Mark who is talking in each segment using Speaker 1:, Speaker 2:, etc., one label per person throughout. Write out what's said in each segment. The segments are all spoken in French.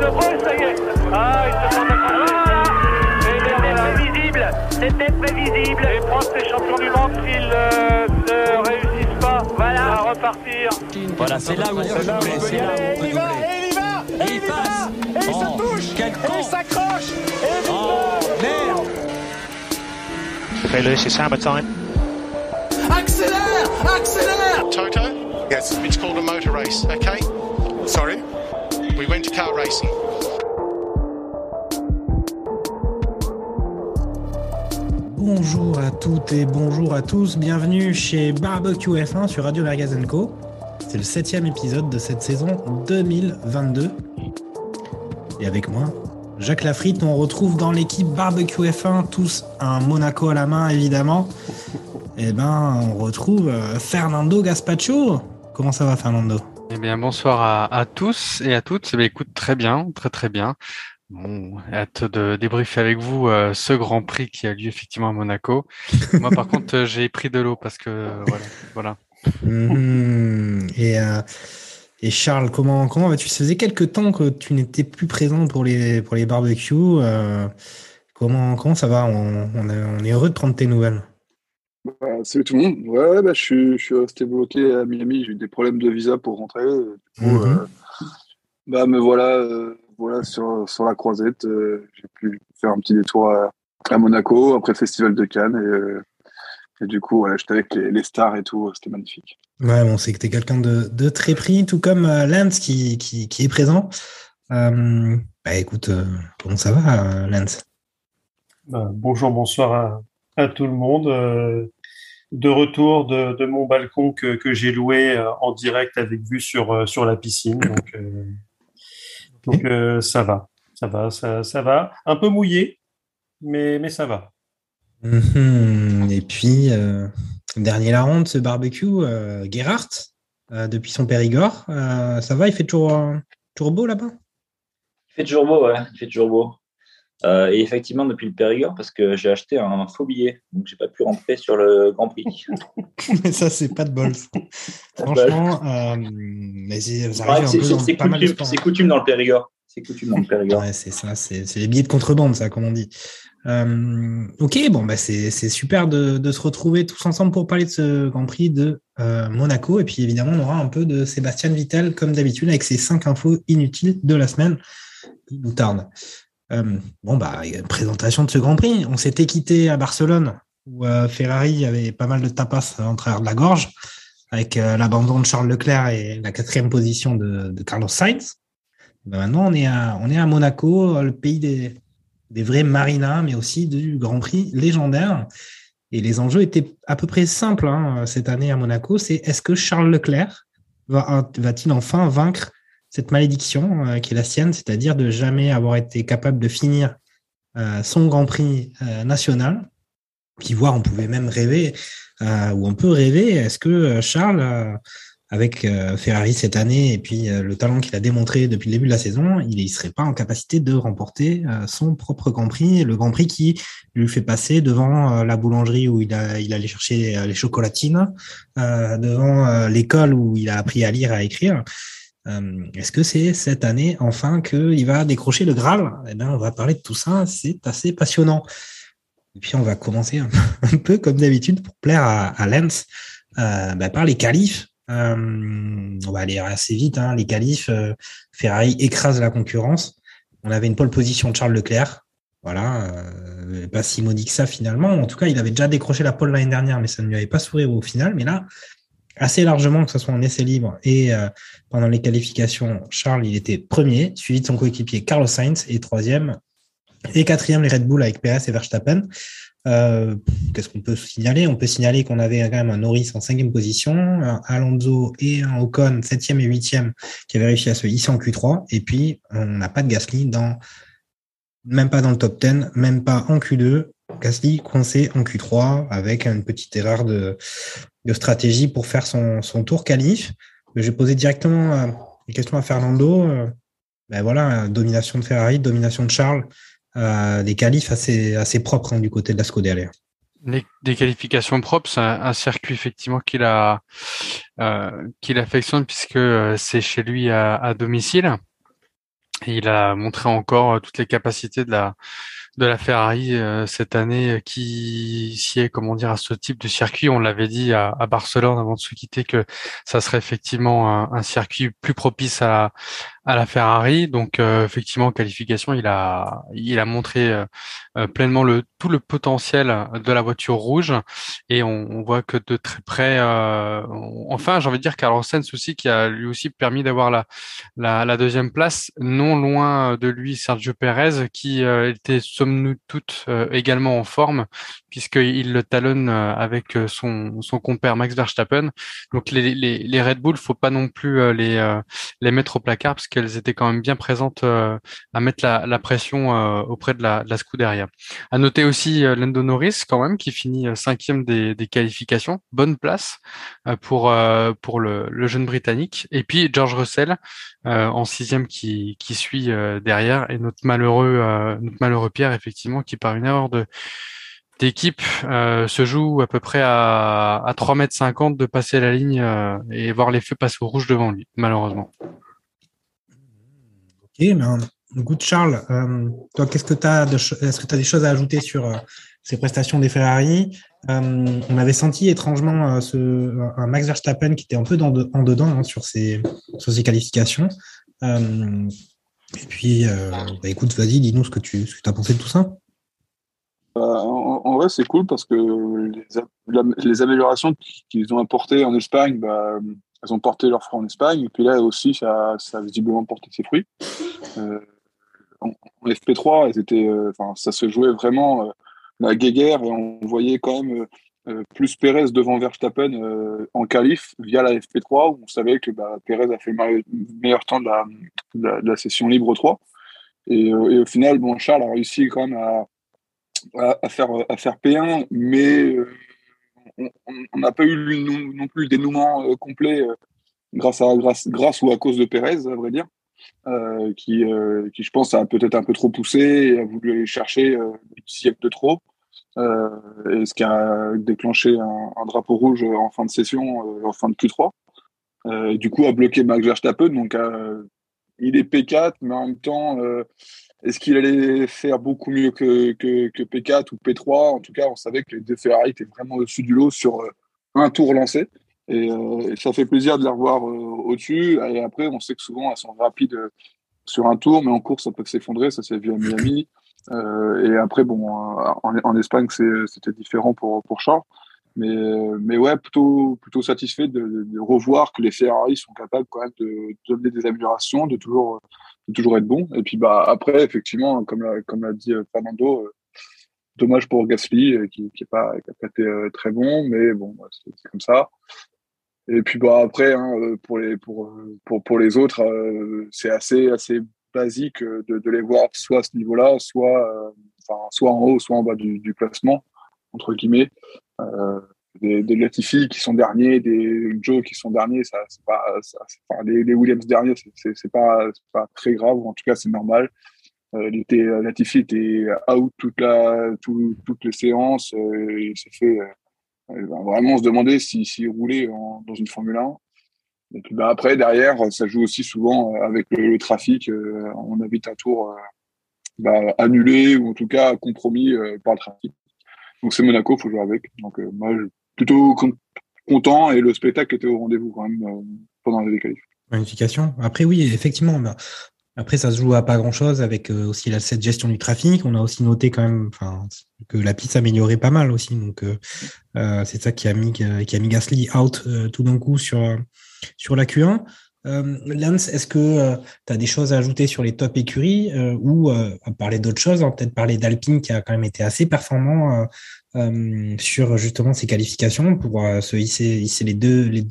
Speaker 1: ça y est. Ah, il se c'était prévisible. Les France, les champions du monde, s'ils ne réussissent pas, voilà, à repartir.
Speaker 2: Voilà, c'est là où on peut doubler. C'est là où on peut doubler.
Speaker 3: Et il passe. Et il se touche.
Speaker 2: Quel con.
Speaker 3: Et il s'accroche. Et
Speaker 2: merde.
Speaker 4: Okay, Lewis, it's hammer time.
Speaker 3: accélère.
Speaker 5: Toto? Yes, it's called a motor race, okay? Sorry? We went to car racing.
Speaker 6: Bonjour à toutes et bonjour à tous, bienvenue chez Barbecue F1 sur Radio Merguez & Co. C'est le 7e épisode de cette saison 2022. Et avec moi, Jacques Lafritte, on retrouve dans l'équipe Barbecue F1 tous un Monaco à la main évidemment. Et on retrouve Fernando Gaspacho. Comment ça va Fernando ?
Speaker 7: Eh bien bonsoir à tous et à toutes. Écoute, très bien, très bien. Bon, hâte de débriefer avec vous ce Grand Prix qui a lieu effectivement à Monaco. Moi, par contre, j'ai pris de l'eau parce que voilà.
Speaker 6: Et Charles, comment vas-tu ? Ça faisait quelques temps que tu n'étais plus présent pour les barbecues. Comment ça va ? On est heureux de prendre tes nouvelles.
Speaker 8: Salut tout le monde. Ouais, je suis resté bloqué à Miami. J'ai eu des problèmes de visa pour rentrer. Du coup, me voilà sur la croisette. J'ai pu faire un petit détour à Monaco après le Festival de Cannes. Et du coup, voilà, j'étais avec les stars et tout. C'était magnifique.
Speaker 6: Ouais, on sait que tu es quelqu'un de très pris, tout comme Lance qui est présent. Écoute, comment ça va, Lance ?
Speaker 9: Bonjour, bonsoir à tout le monde. De retour de mon balcon que j'ai loué en direct avec vue sur la piscine. Donc ça va. Un peu mouillé, mais ça va.
Speaker 6: Et puis, dernier larron de ce barbecue, Gerhardt, depuis son Périgord. Ça va, il fait toujours beau là-bas ?
Speaker 10: Il fait toujours beau, ouais. Il fait toujours beau. Et effectivement, depuis le Périgord, parce que j'ai acheté un faux billet, donc j'ai pas pu rentrer sur le Grand Prix.
Speaker 6: Mais ça, c'est pas de bol. Franchement, mais ça arrive un peu dans pas mal de sports.
Speaker 10: C'est coutume dans le Périgord.
Speaker 6: Ouais, c'est ça, c'est les billets de contrebande, ça, comme on dit. Ok, c'est super de se retrouver tous ensemble pour parler de ce Grand Prix de Monaco. Et puis évidemment, on aura un peu de Sébastien Vettel, comme d'habitude, avec ses 5 infos inutiles de la semaine qui nous tardent. Présentation de ce Grand Prix. On s'était quitté à Barcelone où Ferrari avait pas mal de tapas en travers de la gorge avec l'abandon de Charles Leclerc et la 4e position de Carlos Sainz. Maintenant, on est à Monaco, le pays des vrais marinas, mais aussi du Grand Prix légendaire. Et les enjeux étaient à peu près simples cette année à Monaco. C'est est-ce que Charles Leclerc va-t-il enfin vaincre cette malédiction qui est la sienne, c'est-à-dire de jamais avoir été capable de finir son Grand Prix national, puis voir, on pouvait même rêver, ou on peut rêver, est-ce que Charles, avec Ferrari cette année, et puis le talent qu'il a démontré depuis le début de la saison, il ne serait pas en capacité de remporter son propre Grand Prix, le Grand Prix qui lui fait passer devant la boulangerie où il allait chercher les chocolatines, devant l'école où il a appris à lire et à écrire. Est-ce que c'est cette année enfin qu'il va décrocher le Graal ? On va parler de tout ça, c'est assez passionnant. Et puis on va commencer un peu comme d'habitude pour plaire à Lance par les qualifs. On va aller assez vite. Les qualifs, Ferrari écrase la concurrence. On avait une pole position de Charles Leclerc. Voilà, pas si maudit que ça finalement. En tout cas, il avait déjà décroché la pole l'année dernière, mais ça ne lui avait pas souri au final. Mais là, assez largement, que ce soit en essai libre et pendant les qualifications, Charles, il était premier, suivi de son coéquipier Carlos Sainz, et 3e et 4e les Red Bull avec Perez et Verstappen. Qu'est-ce qu'on peut signaler ? On peut signaler qu'on avait quand même un Norris en 5e position, un Alonso et un Ocon 7e et 8e qui avaient réussi à se hisser en Q3, et puis on n'a pas de Gasly même pas dans le top 10, même pas en Q2. Gasly coincé en Q3 avec une petite erreur de stratégie pour faire son tour qualif. Je vais poser directement une question à Fernando. Domination de Ferrari, domination de Charles, des qualifs assez propres du côté de la Scuderia.
Speaker 7: Des qualifications propres, c'est un circuit effectivement qu'il affectionne puisque c'est chez lui à domicile. Et il a montré encore toutes les capacités de la Ferrari cette année qui sied, comment dire, à ce type de circuit. On l'avait dit à Barcelone avant de se quitter que ça serait effectivement un circuit plus propice à la Ferrari. Donc effectivement, en qualification, il a montré pleinement tout le potentiel de la voiture rouge, et on voit que de très près, enfin, j'ai envie de dire Carlos Sainz aussi, qui a lui aussi permis d'avoir la deuxième place, non loin de lui Sergio Pérez, qui était somme toute également en forme, puisqu'il le talonne avec son compère Max Verstappen. Donc les Red Bull, faut pas non plus les mettre au placard, parce qu'elles étaient quand même bien présentes à mettre la pression auprès de la Scuderia. À noter aussi Lando Norris quand même, qui finit cinquième des qualifications, bonne place pour le jeune Britannique. Et puis George Russell en sixième qui suit derrière, et notre malheureux Pierre, effectivement, qui par une erreur d'équipe se joue à peu près à 3,50 m de passer la ligne et voir les feux passer au rouge devant lui, malheureusement.
Speaker 6: Ok, ben, écoute Charles, toi, est-ce que tu as des choses à ajouter sur ces prestations des Ferrari? On avait senti étrangement un Max Verstappen qui était un peu en dedans hein, sur ses qualifications. Et puis, écoute, vas-y, dis-nous ce que tu as pensé de tout ça.
Speaker 8: En vrai, c'est cool parce que les améliorations qu'ils ont apportées en Espagne, elles ont porté leurs fruits en Espagne. Et puis là aussi, ça a visiblement porté ses fruits. En FP3, ça se jouait vraiment la guéguerre, et on voyait quand même plus Pérez devant Verstappen en qualif via la FP3, où on savait que Pérez a fait le meilleur temps de la session libre 3. Et au final, Charles a réussi quand même à faire P1, mais on n'a pas eu non plus le dénouement complet grâce ou à cause de Pérez, à vrai dire, qui je pense a peut-être un peu trop poussé et a voulu aller chercher le dixième de trop, et ce qui a déclenché un drapeau rouge en fin de session, en fin de Q3, et du coup a bloqué Max Verstappen. Donc il est P4, mais en même temps est-ce qu'il allait faire beaucoup mieux que P4 ou P3? En tout cas, on savait que les deux Ferrari étaient vraiment au-dessus du lot sur un tour lancé. Et ça fait plaisir de les revoir au-dessus. Et après, on sait que souvent, elles sont rapides sur un tour, mais en course, ça peut s'effondrer. Ça s'est vu à Miami. Et après, en Espagne, c'était différent pour Charles. Mais ouais, plutôt satisfait de revoir que les Ferrari sont capables quand même de donner des améliorations, de toujours être bon. Et puis après, effectivement, comme l'a dit Fernando, dommage pour Gasly qui a pas été très bon, mais bon, c'est comme ça. Et puis après, hein, pour les autres, c'est assez basique de les voir soit à ce niveau-là, soit en haut, soit en bas du classement, entre guillemets. Des Latifi qui sont derniers, des Joe qui sont derniers, les Williams derniers, c'est pas très grave, ou en tout cas c'est normal. Latifi était out toutes les séances, il s'est fait vraiment se demander s'il roulait dans une Formule 1. Et puis après, derrière, ça joue aussi souvent avec le trafic. On a vite un tour annulé, ou en tout cas compromis par le trafic. Donc c'est Monaco, il faut jouer avec. Donc moi, je suis plutôt content, et le spectacle était au rendez-vous quand même pendant les qualifs.
Speaker 6: Magnification. Après, oui, effectivement. Après, ça se joue à pas grand-chose avec aussi cette gestion du trafic. On a aussi noté quand même que la piste s'améliorait pas mal aussi. Donc, c'est ça qui a mis Gasly out tout d'un coup sur la Q1. Lance, est-ce que tu as des choses à ajouter sur les top écuries ou à parler d'autres choses, hein, peut-être parler d'Alpine qui a quand même été assez performant sur justement ses qualifications pour se hisser les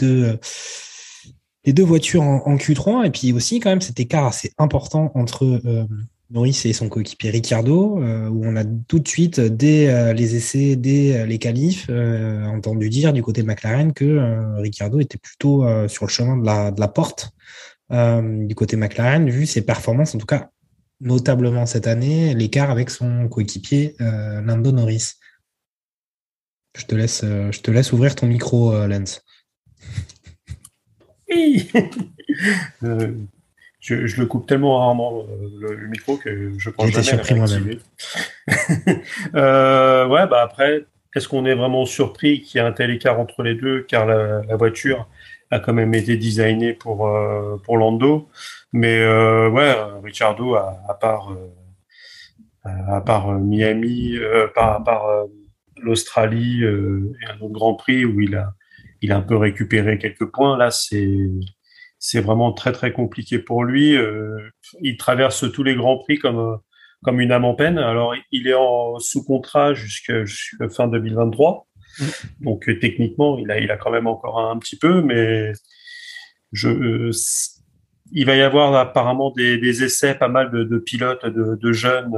Speaker 6: deux voitures en Q3, et puis aussi quand même cet écart assez important entre Norris et son coéquipier Ricciardo, où on a tout de suite, dès les essais, dès les qualifs, entendu dire du côté de McLaren que Ricciardo était plutôt sur le chemin de la porte du côté McLaren, vu ses performances, en tout cas notablement cette année, l'écart avec son coéquipier Lando Norris. Je te laisse ouvrir ton micro, Lance.
Speaker 9: Oui. Je le coupe tellement rarement le micro que je pense
Speaker 6: J'ai été
Speaker 9: jamais
Speaker 6: surpris
Speaker 9: le
Speaker 6: moi-même.
Speaker 9: réactiver. Ouais, bah après, est-ce qu'on est vraiment surpris qu'il y ait un tel écart entre les deux, car la voiture a quand même été designée pour Lando, mais ouais, Ricciardo à part Miami, à part l'Australie et un autre Grand Prix où il a un peu récupéré quelques points. Là, c'est vraiment très très compliqué pour lui. Il traverse tous les Grands Prix comme une âme en peine. Alors, il est sous contrat jusqu'à fin 2023. Donc, techniquement, il a quand même encore un petit peu, mais il va y avoir apparemment des essais, pas mal de pilotes, de jeunes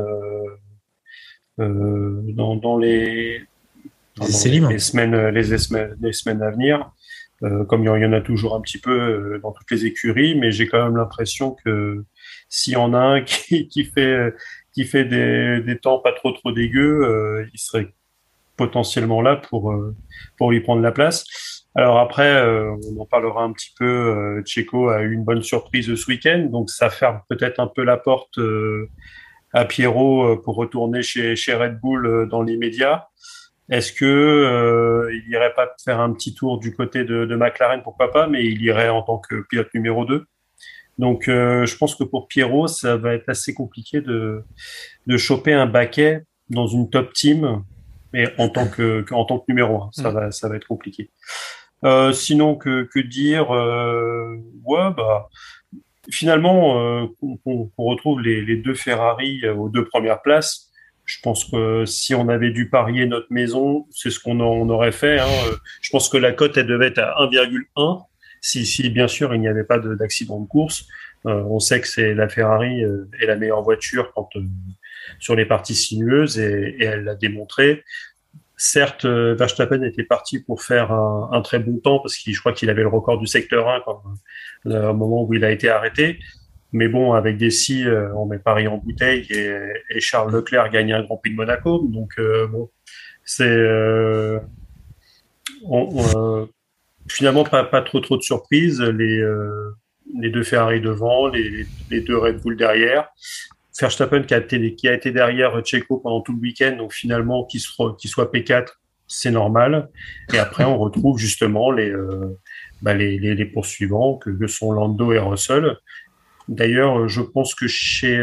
Speaker 9: dans
Speaker 6: Les essais libres.
Speaker 9: les semaines à venir. Comme il y en a toujours un petit peu dans toutes les écuries, mais j'ai quand même l'impression que s'il y en a un qui fait des temps pas trop dégueux, il serait potentiellement là pour lui prendre la place. Alors après, on en parlera un petit peu. Checo a eu une bonne surprise ce week-end, donc ça ferme peut-être un peu la porte à Pierrot pour retourner chez Red Bull dans l'immédiat. Est-ce que il irait pas faire un petit tour du côté de McLaren, pourquoi pas, mais il irait en tant que pilote numéro 2. Donc je pense que pour Pierrot, ça va être assez compliqué de choper un baquet dans une top team, mais en tant que numéro 1, ça va être compliqué. Sinon que dire ouais, bah finalement qu'on retrouve les deux Ferrari aux deux premières places. Je pense que si on avait dû parier notre maison, c'est ce on aurait fait. Hein. Je pense que la cote, elle devait être à 1,1 si bien sûr il n'y avait pas d'accident de course. On sait que c'est la Ferrari est la meilleure voiture sur les parties sinueuses et elle l'a démontré. Certes, Verstappen était parti pour faire un très bon temps parce je crois qu'il avait le record du secteur 1 au moment où il a été arrêté. Mais bon, avec des scies, on met Paris en bouteille et Charles Leclerc gagne un Grand Prix de Monaco. Donc bon, c'est finalement pas trop de surprises. Les deux Ferrari devant, les deux Red Bull derrière. Verstappen qui a été derrière Checo pendant tout le week-end, donc finalement qu'il soit P4, c'est normal. Et après, on retrouve justement les poursuivants que sont Lando et Russell. D'ailleurs, je pense que chez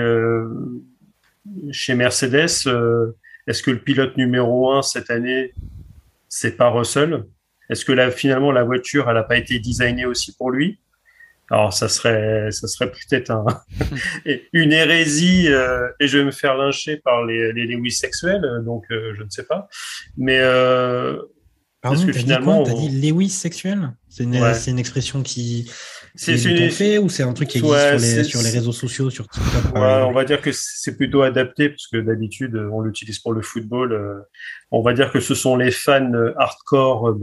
Speaker 9: Mercedes, est-ce que le pilote numéro 1 cette année, c'est pas Russell? Est-ce que finalement la voiture, elle n'a pas été designée aussi pour lui? Alors ça serait peut-être une hérésie et je vais me faire lyncher par les Lewis sexuels, donc je ne sais pas. Mais
Speaker 6: pardon,
Speaker 9: que finalement
Speaker 6: t'as dit Lewis sexuel? C'est une expression qui
Speaker 9: c'est
Speaker 6: une fait ou c'est un truc qui existe sur les réseaux sociaux, sur TikTok?
Speaker 9: On va dire que c'est plutôt adapté parce que d'habitude on l'utilise pour le football. On va dire que ce sont les fans hardcore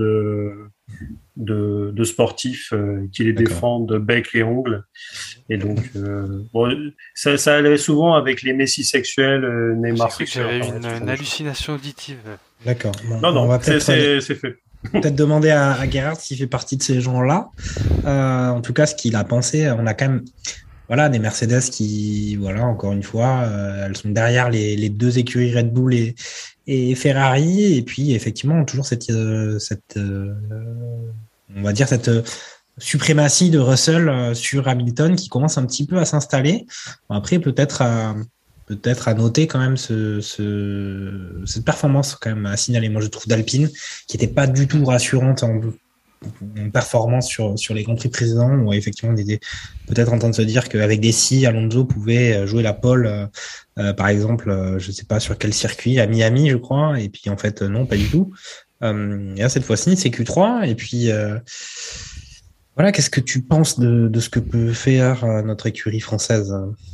Speaker 9: de sportifs qui les défendent de bec et ongles. Et donc, ça allait souvent avec les Messi sexuels, Neymar sexuels.
Speaker 7: J'avais une hallucination auditive.
Speaker 6: D'accord. Bon,
Speaker 9: non,
Speaker 6: on va peut-être
Speaker 9: c'est fait.
Speaker 6: Peut-être demander à Gerhard s'il fait partie de ces gens-là. En tout cas, ce qu'il a pensé, on a quand même des Mercedes qui, encore une fois, elles sont derrière les deux écuries Red Bull et Ferrari. Et puis, effectivement, toujours cette suprématie de Russell sur Hamilton qui commence un petit peu à s'installer. Après, peut-être à noter quand même cette performance quand même à signaler. Moi, je trouve d'Alpine qui était pas du tout rassurante en performance sur les Grands Prix précédents, où effectivement on était peut-être en train de se dire qu'avec des scies, Alonso pouvait jouer la pole, par exemple, je sais pas sur quel circuit, à Miami, je crois, et puis en fait non, pas du tout. Et là, cette fois-ci, c'est Q3, et puis qu'est-ce que tu penses de ce que peut faire notre écurie française?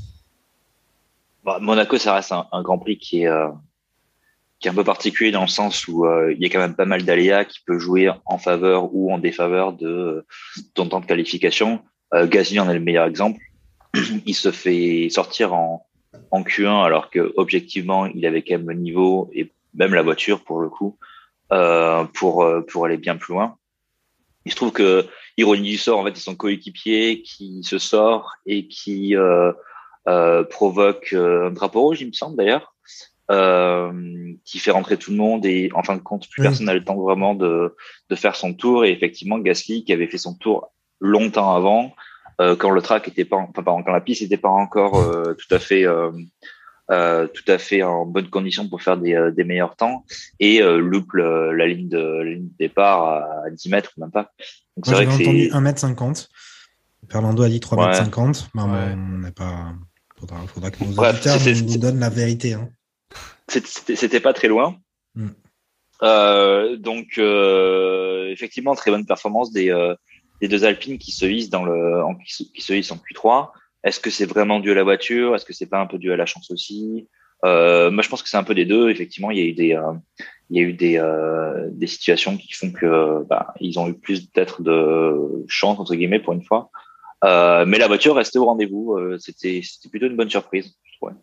Speaker 10: Monaco, ça reste un Grand Prix qui est un peu particulier dans le sens où il y a quand même pas mal d'aléas qui peut jouer en faveur ou en défaveur de ton temps de qualification. Gasly en est le meilleur exemple. Il se fait sortir en Q1 alors que objectivement il avait quand même le niveau et même la voiture pour le coup pour aller bien plus loin. Il se trouve que, ironie du sort, en fait, c'est son coéquipier qui se sort et qui provoque un drapeau rouge, il me semble d'ailleurs, qui fait rentrer tout le monde et en fin de compte, plus personne n'a le temps vraiment de faire son tour. Et effectivement, Gasly, qui avait fait son tour longtemps avant, quand le track était pas, quand la piste n'était pas encore tout à fait en bonne condition pour faire des meilleurs temps, et loupe la ligne de départ à 10 mètres, même pas. Donc,
Speaker 6: moi, j'avais entendu 1m50. Fernando a dit 3m50. Ouais. On n'est pas. Faudra que nos auditeurs nous donnent la vérité. Hein.
Speaker 10: C'était pas très loin. Donc, effectivement, très bonne performance des deux Alpines qui se hissent qui se hissent en Q3. Est-ce que c'est vraiment dû à la voiture? Est-ce que c'est pas un peu dû à la chance aussi? Moi, je pense que c'est un peu des deux. Effectivement, il y a eu des situations qui font que ils ont eu plus peut-être de chance entre guillemets pour une fois. Mais la voiture restait au rendez-vous. C'était plutôt une bonne surprise, je trouvais.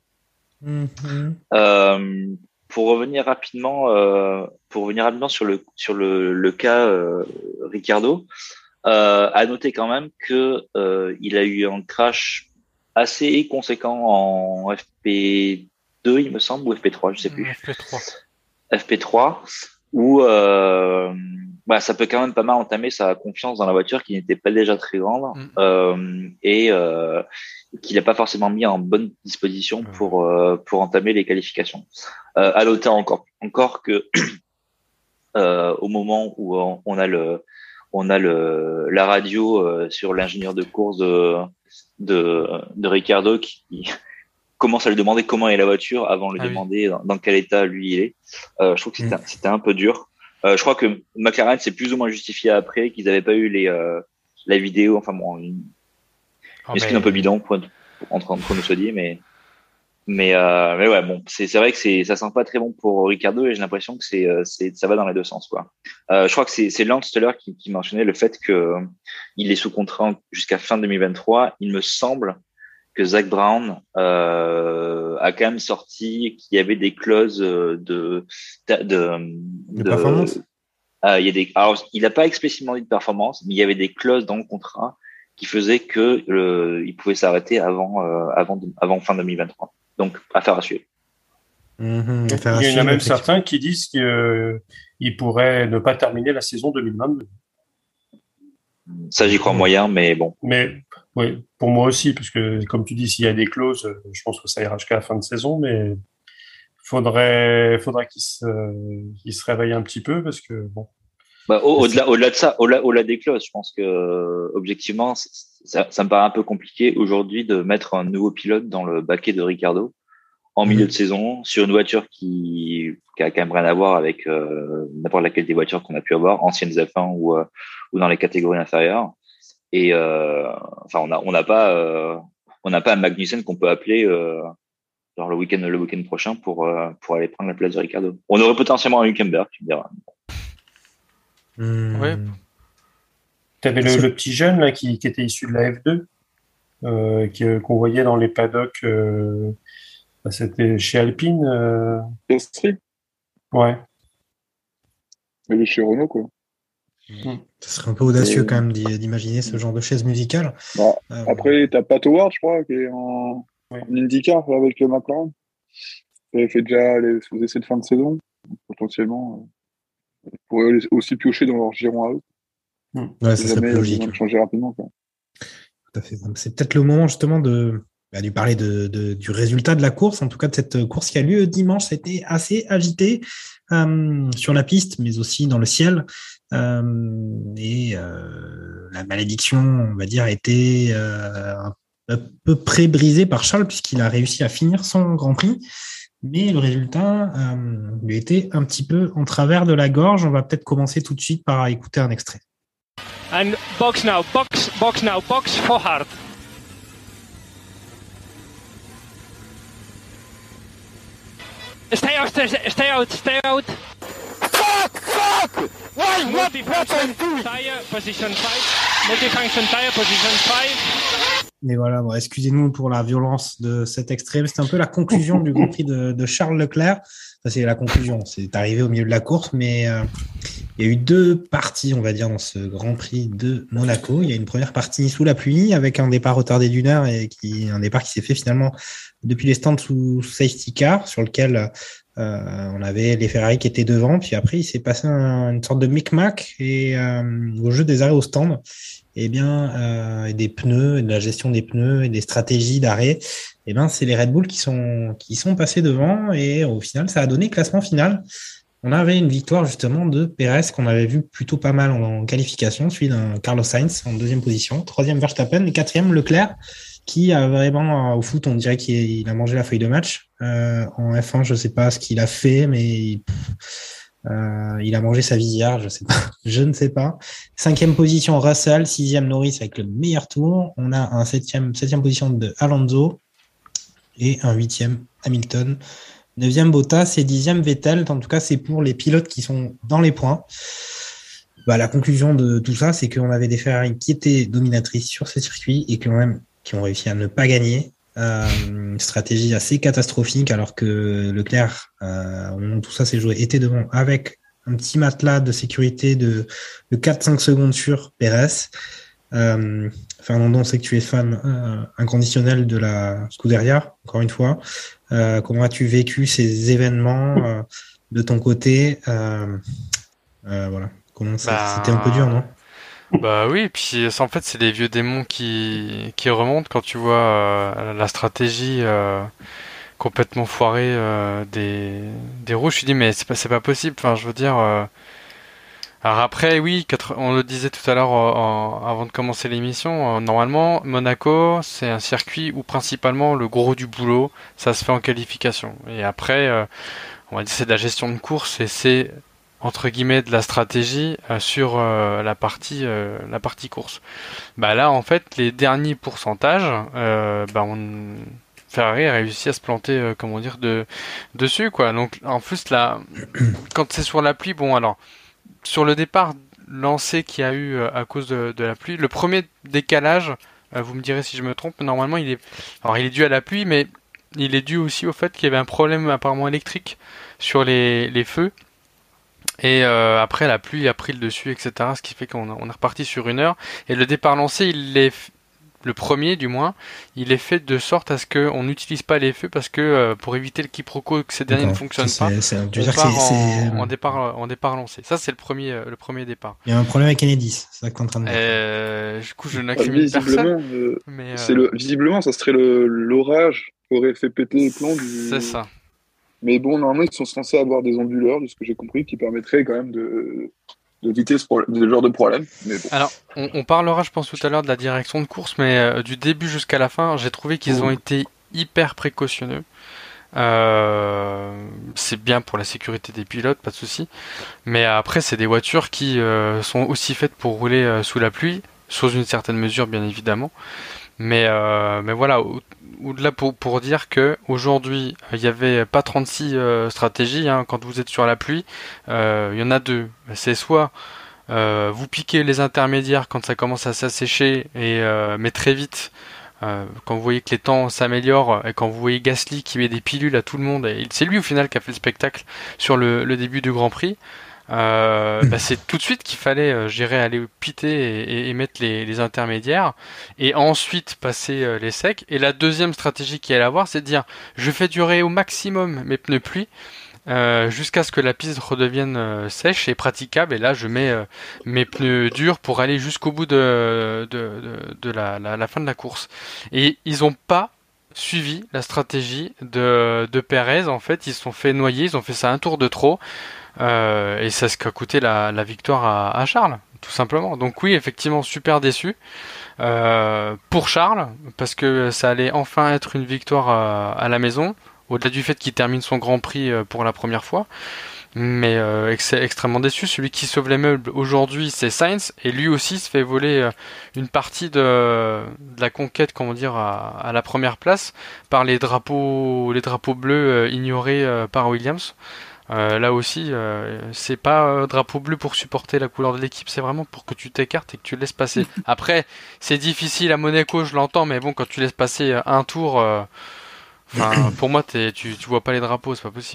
Speaker 10: Pour revenir rapidement sur le cas Ricciardo, à noter quand même que il a eu un crash assez conséquent en FP2, il me semble, ou FP3, je sais plus. FP3, où ça peut quand même pas mal entamer sa confiance dans la voiture qui n'était pas déjà très grande et qu'il n'a pas forcément mis en bonne disposition pour entamer les qualifications. À noter encore que au moment où on a la radio sur l'ingénieur de course de Ricciardo qui commence à lui demander comment est la voiture avant de lui demander dans quel état lui il est. Je trouve que c'était un peu dur. Je crois que McLaren s'est plus ou moins justifié après qu'ils n'avaient pas eu la vidéo. Enfin bon, une excuse un peu bidon entre nous se dit, mais ouais, bon, c'est vrai que ça sent pas très bon pour Ricciardo et j'ai l'impression que ça va dans les deux sens, quoi. Je crois que c'est Lance tout à l'heure qui mentionnait le fait que il est sous contrat jusqu'à fin 2023. Il me semble que Zak Brown a quand même sorti qu'il y avait des clauses de
Speaker 6: performance.
Speaker 10: Alors, il n'a pas explicitement dit de performance, mais il y avait des clauses dans le contrat qui faisaient que il pouvait s'arrêter avant fin 2023. Donc, affaire à suivre.
Speaker 9: Il y en a même certains qui disent qu'il pourrait ne pas terminer la saison 2022.
Speaker 10: Ça, j'y crois moyen, mais bon.
Speaker 9: Mais oui, pour moi aussi, parce que comme tu dis, s'il y a des clauses, je pense que ça ira jusqu'à la fin de saison, mais faudrait qu'il se réveille un petit peu parce que bon.
Speaker 10: Au-delà de ça, au-delà des clauses, je pense que objectivement, ça me paraît un peu compliqué aujourd'hui de mettre un nouveau pilote dans le baquet de Ricciardo en milieu de saison sur une voiture qui a quand même rien à voir avec n'importe laquelle des voitures qu'on a pu avoir, anciennes F1 ou dans les catégories inférieures. Et on n'a pas un Magnussen qu'on peut appeler genre le week-end prochain pour aller prendre la place de Ricciardo. On aurait potentiellement un Hülkenberg, tu me diras.
Speaker 7: Ouais.
Speaker 9: T'avais le petit jeune là qui était issu de la F2 qu'on voyait dans les paddocks. C'était chez Alpine.
Speaker 8: Piastri.
Speaker 9: Ouais.
Speaker 8: Il est chez Renault, quoi.
Speaker 6: Ça serait un peu audacieux quand même d'imaginer ce genre de chaise musicale.
Speaker 8: Après, t'as Pat Howard, je crois, qui est en IndyCar avec le McLaren. Il avait fait déjà les essais de fin de saison. Potentiellement, ils pourraient aussi piocher dans leur giron à eux.
Speaker 6: Ouais, ça serait plus logique.
Speaker 8: De changer rapidement, quoi.
Speaker 6: Tout à fait. C'est peut-être le moment justement de lui parler du résultat de la course, en tout cas de cette course qui a lieu dimanche. C'était assez agité sur la piste, mais aussi dans le ciel. La malédiction, on va dire, a été à peu près brisée par Charles puisqu'il a réussi à finir son Grand Prix. Mais le résultat lui était un petit peu en travers de la gorge. On va peut-être commencer tout de suite par écouter un extrait.
Speaker 1: And box now, box for hard. Stay out. Fuck! Why? Multifunction tire, position 5. Multifunction tire, position 5.
Speaker 6: Mais voilà, bon, excusez-nous pour la violence de cet extrait. C'est un peu la conclusion du Grand Prix de Charles Leclerc. Ça, c'est la conclusion. C'est arrivé au milieu de la course, mais Il y a eu deux parties, on va dire, dans ce Grand Prix de Monaco. Il y a une première partie sous la pluie avec un départ retardé d'une heure et un départ qui s'est fait finalement depuis les stands sous safety car sur lequel on avait les Ferrari qui étaient devant. Puis après, il s'est passé une sorte de micmac et au jeu des arrêts au stand, et et des pneus, et de la gestion des pneus et des stratégies d'arrêt. C'est les Red Bull qui sont passés devant et au final, ça a donné classement final. On avait une victoire justement de Pérez qu'on avait vu plutôt pas mal en qualification, suivi d'un Carlos Sainz en deuxième position, troisième Verstappen et quatrième Leclerc, qui a vraiment, au foot, on dirait qu'il a mangé la feuille de match. En F1, je sais pas ce qu'il a fait, mais il a mangé sa visière, je ne sais pas. Cinquième position Russell, sixième Norris avec le meilleur tour. On a un septième position de Alonso et un huitième Hamilton. 9e Bottas et 10e Vettel. En tout cas, c'est pour les pilotes qui sont dans les points. La conclusion de tout ça, c'est qu'on avait des Ferrari qui étaient dominatrices sur ce circuit et qui ont réussi à ne pas gagner. Une stratégie assez catastrophique, alors que Leclerc, au moment où tout ça s'est joué, était devant avec un petit matelas de sécurité de 4-5 secondes sur Pérez. Fernando, on sait que tu es fan inconditionnel de la Scuderia, encore une fois. Comment as-tu vécu ces événements de ton côté? Voilà. C'était un peu dur, non?
Speaker 7: Bah oui, et puis en fait c'est les vieux démons qui remontent quand tu vois la stratégie complètement foirée des rouges. Tu dis mais c'est pas possible. Enfin je veux dire. Alors après oui, on le disait tout à l'heure avant de commencer l'émission. Normalement Monaco c'est un circuit où principalement le gros du boulot ça se fait en qualification. Et après on va dire c'est de la gestion de course et c'est entre guillemets de la stratégie sur la partie course. Là en fait les derniers pourcentages Ferrari a réussi à se planter dessus quoi. Donc en plus là quand c'est sur la pluie, bon alors sur le départ lancé qu'il y a eu à cause de la pluie, le premier décalage, vous me direz si je me trompe, normalement il est dû à la pluie, mais il est dû aussi au fait qu'il y avait un problème apparemment électrique sur les feux. Et après la pluie a pris le dessus, etc. Ce qui fait qu'on est reparti sur une heure. Et le départ lancé, le premier du moins, il est fait de sorte à ce qu'on n'utilise pas les feux parce que pour éviter le quiproquo que ces derniers ne fonctionnent pas, on part en départ lancé. Ça c'est le premier départ.
Speaker 6: Il y a un problème avec Kennedy, c'est ça que tu es en train de dire.
Speaker 7: Du coup je n'incrimine personne.
Speaker 8: Visiblement, ça serait l'orage qui aurait fait péter les plombs du...
Speaker 7: C'est ça.
Speaker 8: Mais bon, normalement, ils sont censés avoir des onduleurs, de ce que j'ai compris, qui permettraient quand même d'éviter ce genre de problème. Mais bon.
Speaker 7: Alors, on parlera, je pense, tout à l'heure de la direction de course, mais du début jusqu'à la fin, j'ai trouvé qu'ils ont été hyper précautionneux. C'est bien pour la sécurité des pilotes, pas de souci. Mais après, c'est des voitures qui sont aussi faites pour rouler sous la pluie, sous une certaine mesure, bien évidemment. Mais voilà, au-delà pour dire que aujourd'hui il y avait pas 36 stratégies quand vous êtes sur la pluie, il y en a deux. C'est soit vous piquez les intermédiaires quand ça commence à s'assécher mais très vite quand vous voyez que les temps s'améliorent et quand vous voyez Gasly qui met des pilules à tout le monde, et c'est lui au final qui a fait le spectacle sur le début du Grand Prix. C'est tout de suite qu'il fallait aller piter et mettre les intermédiaires et ensuite passer les secs. Et la deuxième stratégie qu'il allait avoir, c'est de dire je fais durer au maximum mes pneus pluie jusqu'à ce que la piste redevienne sèche et praticable, et là je mets mes pneus durs pour aller jusqu'au bout de la fin de la course. Et ils n'ont pas suivi la stratégie de Pérez. En fait ils se sont fait noyer, ils ont fait ça un tour de trop. Et c'est ce qu'a coûté la victoire à Charles, tout simplement. Donc oui, effectivement, super déçu pour Charles, parce que ça allait enfin être une victoire à la maison, au-delà du fait qu'il termine son Grand Prix pour la première fois. Mais c'est extrêmement déçu. Celui qui sauve les meubles aujourd'hui, c'est Sainz, et lui aussi se fait voler une partie de la conquête, comment dire, à la première place par les drapeaux bleus ignorés par Williams. Là aussi, c'est pas drapeau bleu pour supporter la couleur de l'équipe, c'est vraiment pour que tu t'écartes et que tu laisses passer. Après, c'est difficile à Monaco, je l'entends, mais bon, quand tu laisses passer un tour, pour moi, tu vois pas les drapeaux, c'est pas possible.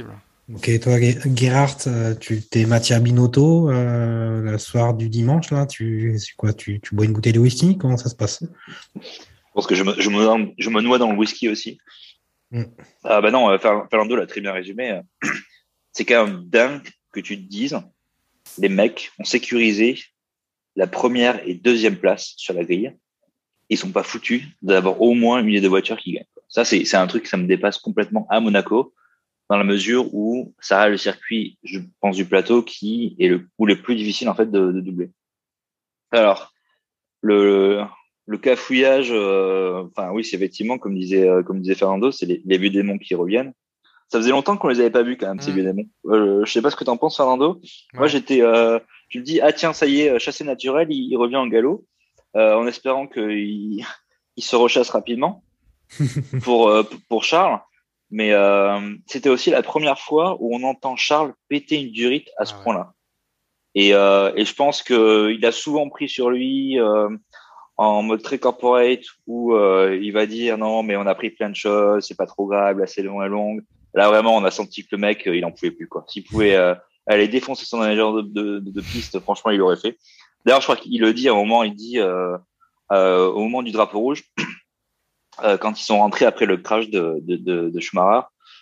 Speaker 6: Ok, toi, Gerhard, tu t'es Mattia Binotto le soir du dimanche, là, c'est quoi, tu bois une bouteille de whisky? Comment ça se passe?
Speaker 10: Je pense que je me noie dans le whisky aussi.
Speaker 6: Mm.
Speaker 10: Ah bah non, Fernando l'a très bien résumé. C'est quand même dingue que tu te dises, les mecs ont sécurisé la première et deuxième place sur la grille. Ils sont pas foutus d'avoir au moins une des deux voitures qui gagne. Ça, c'est un truc, ça me dépasse complètement à Monaco, dans la mesure où ça a le circuit, je pense, du plateau qui est le plus difficile en fait de doubler. Alors, le cafouillage, enfin oui, c'est effectivement comme disait Fernando, c'est les vieux démons qui reviennent. Ça faisait longtemps qu'on les avait pas vus quand même, ces vieux démons. Je sais pas ce que t'en penses, Fernando. Ouais. Moi, tu me dis, ah tiens, ça y est, chassé naturel, il revient en galop, en espérant qu'il se rechasse rapidement pour Charles. Mais c'était aussi la première fois où on entend Charles péter une durite à ce point-là. Et je pense que il a souvent pris sur lui en mode très corporate où il va dire non, mais on a pris plein de choses, c'est pas trop grave, la saison est longue. Là vraiment, on a senti que le mec, il en pouvait plus quoi. S'il pouvait aller défoncer son manager de piste, franchement, il l'aurait fait. D'ailleurs, je crois qu'il le dit à un moment, il dit au moment du drapeau rouge. Quand ils sont rentrés après le crash de Schumacher,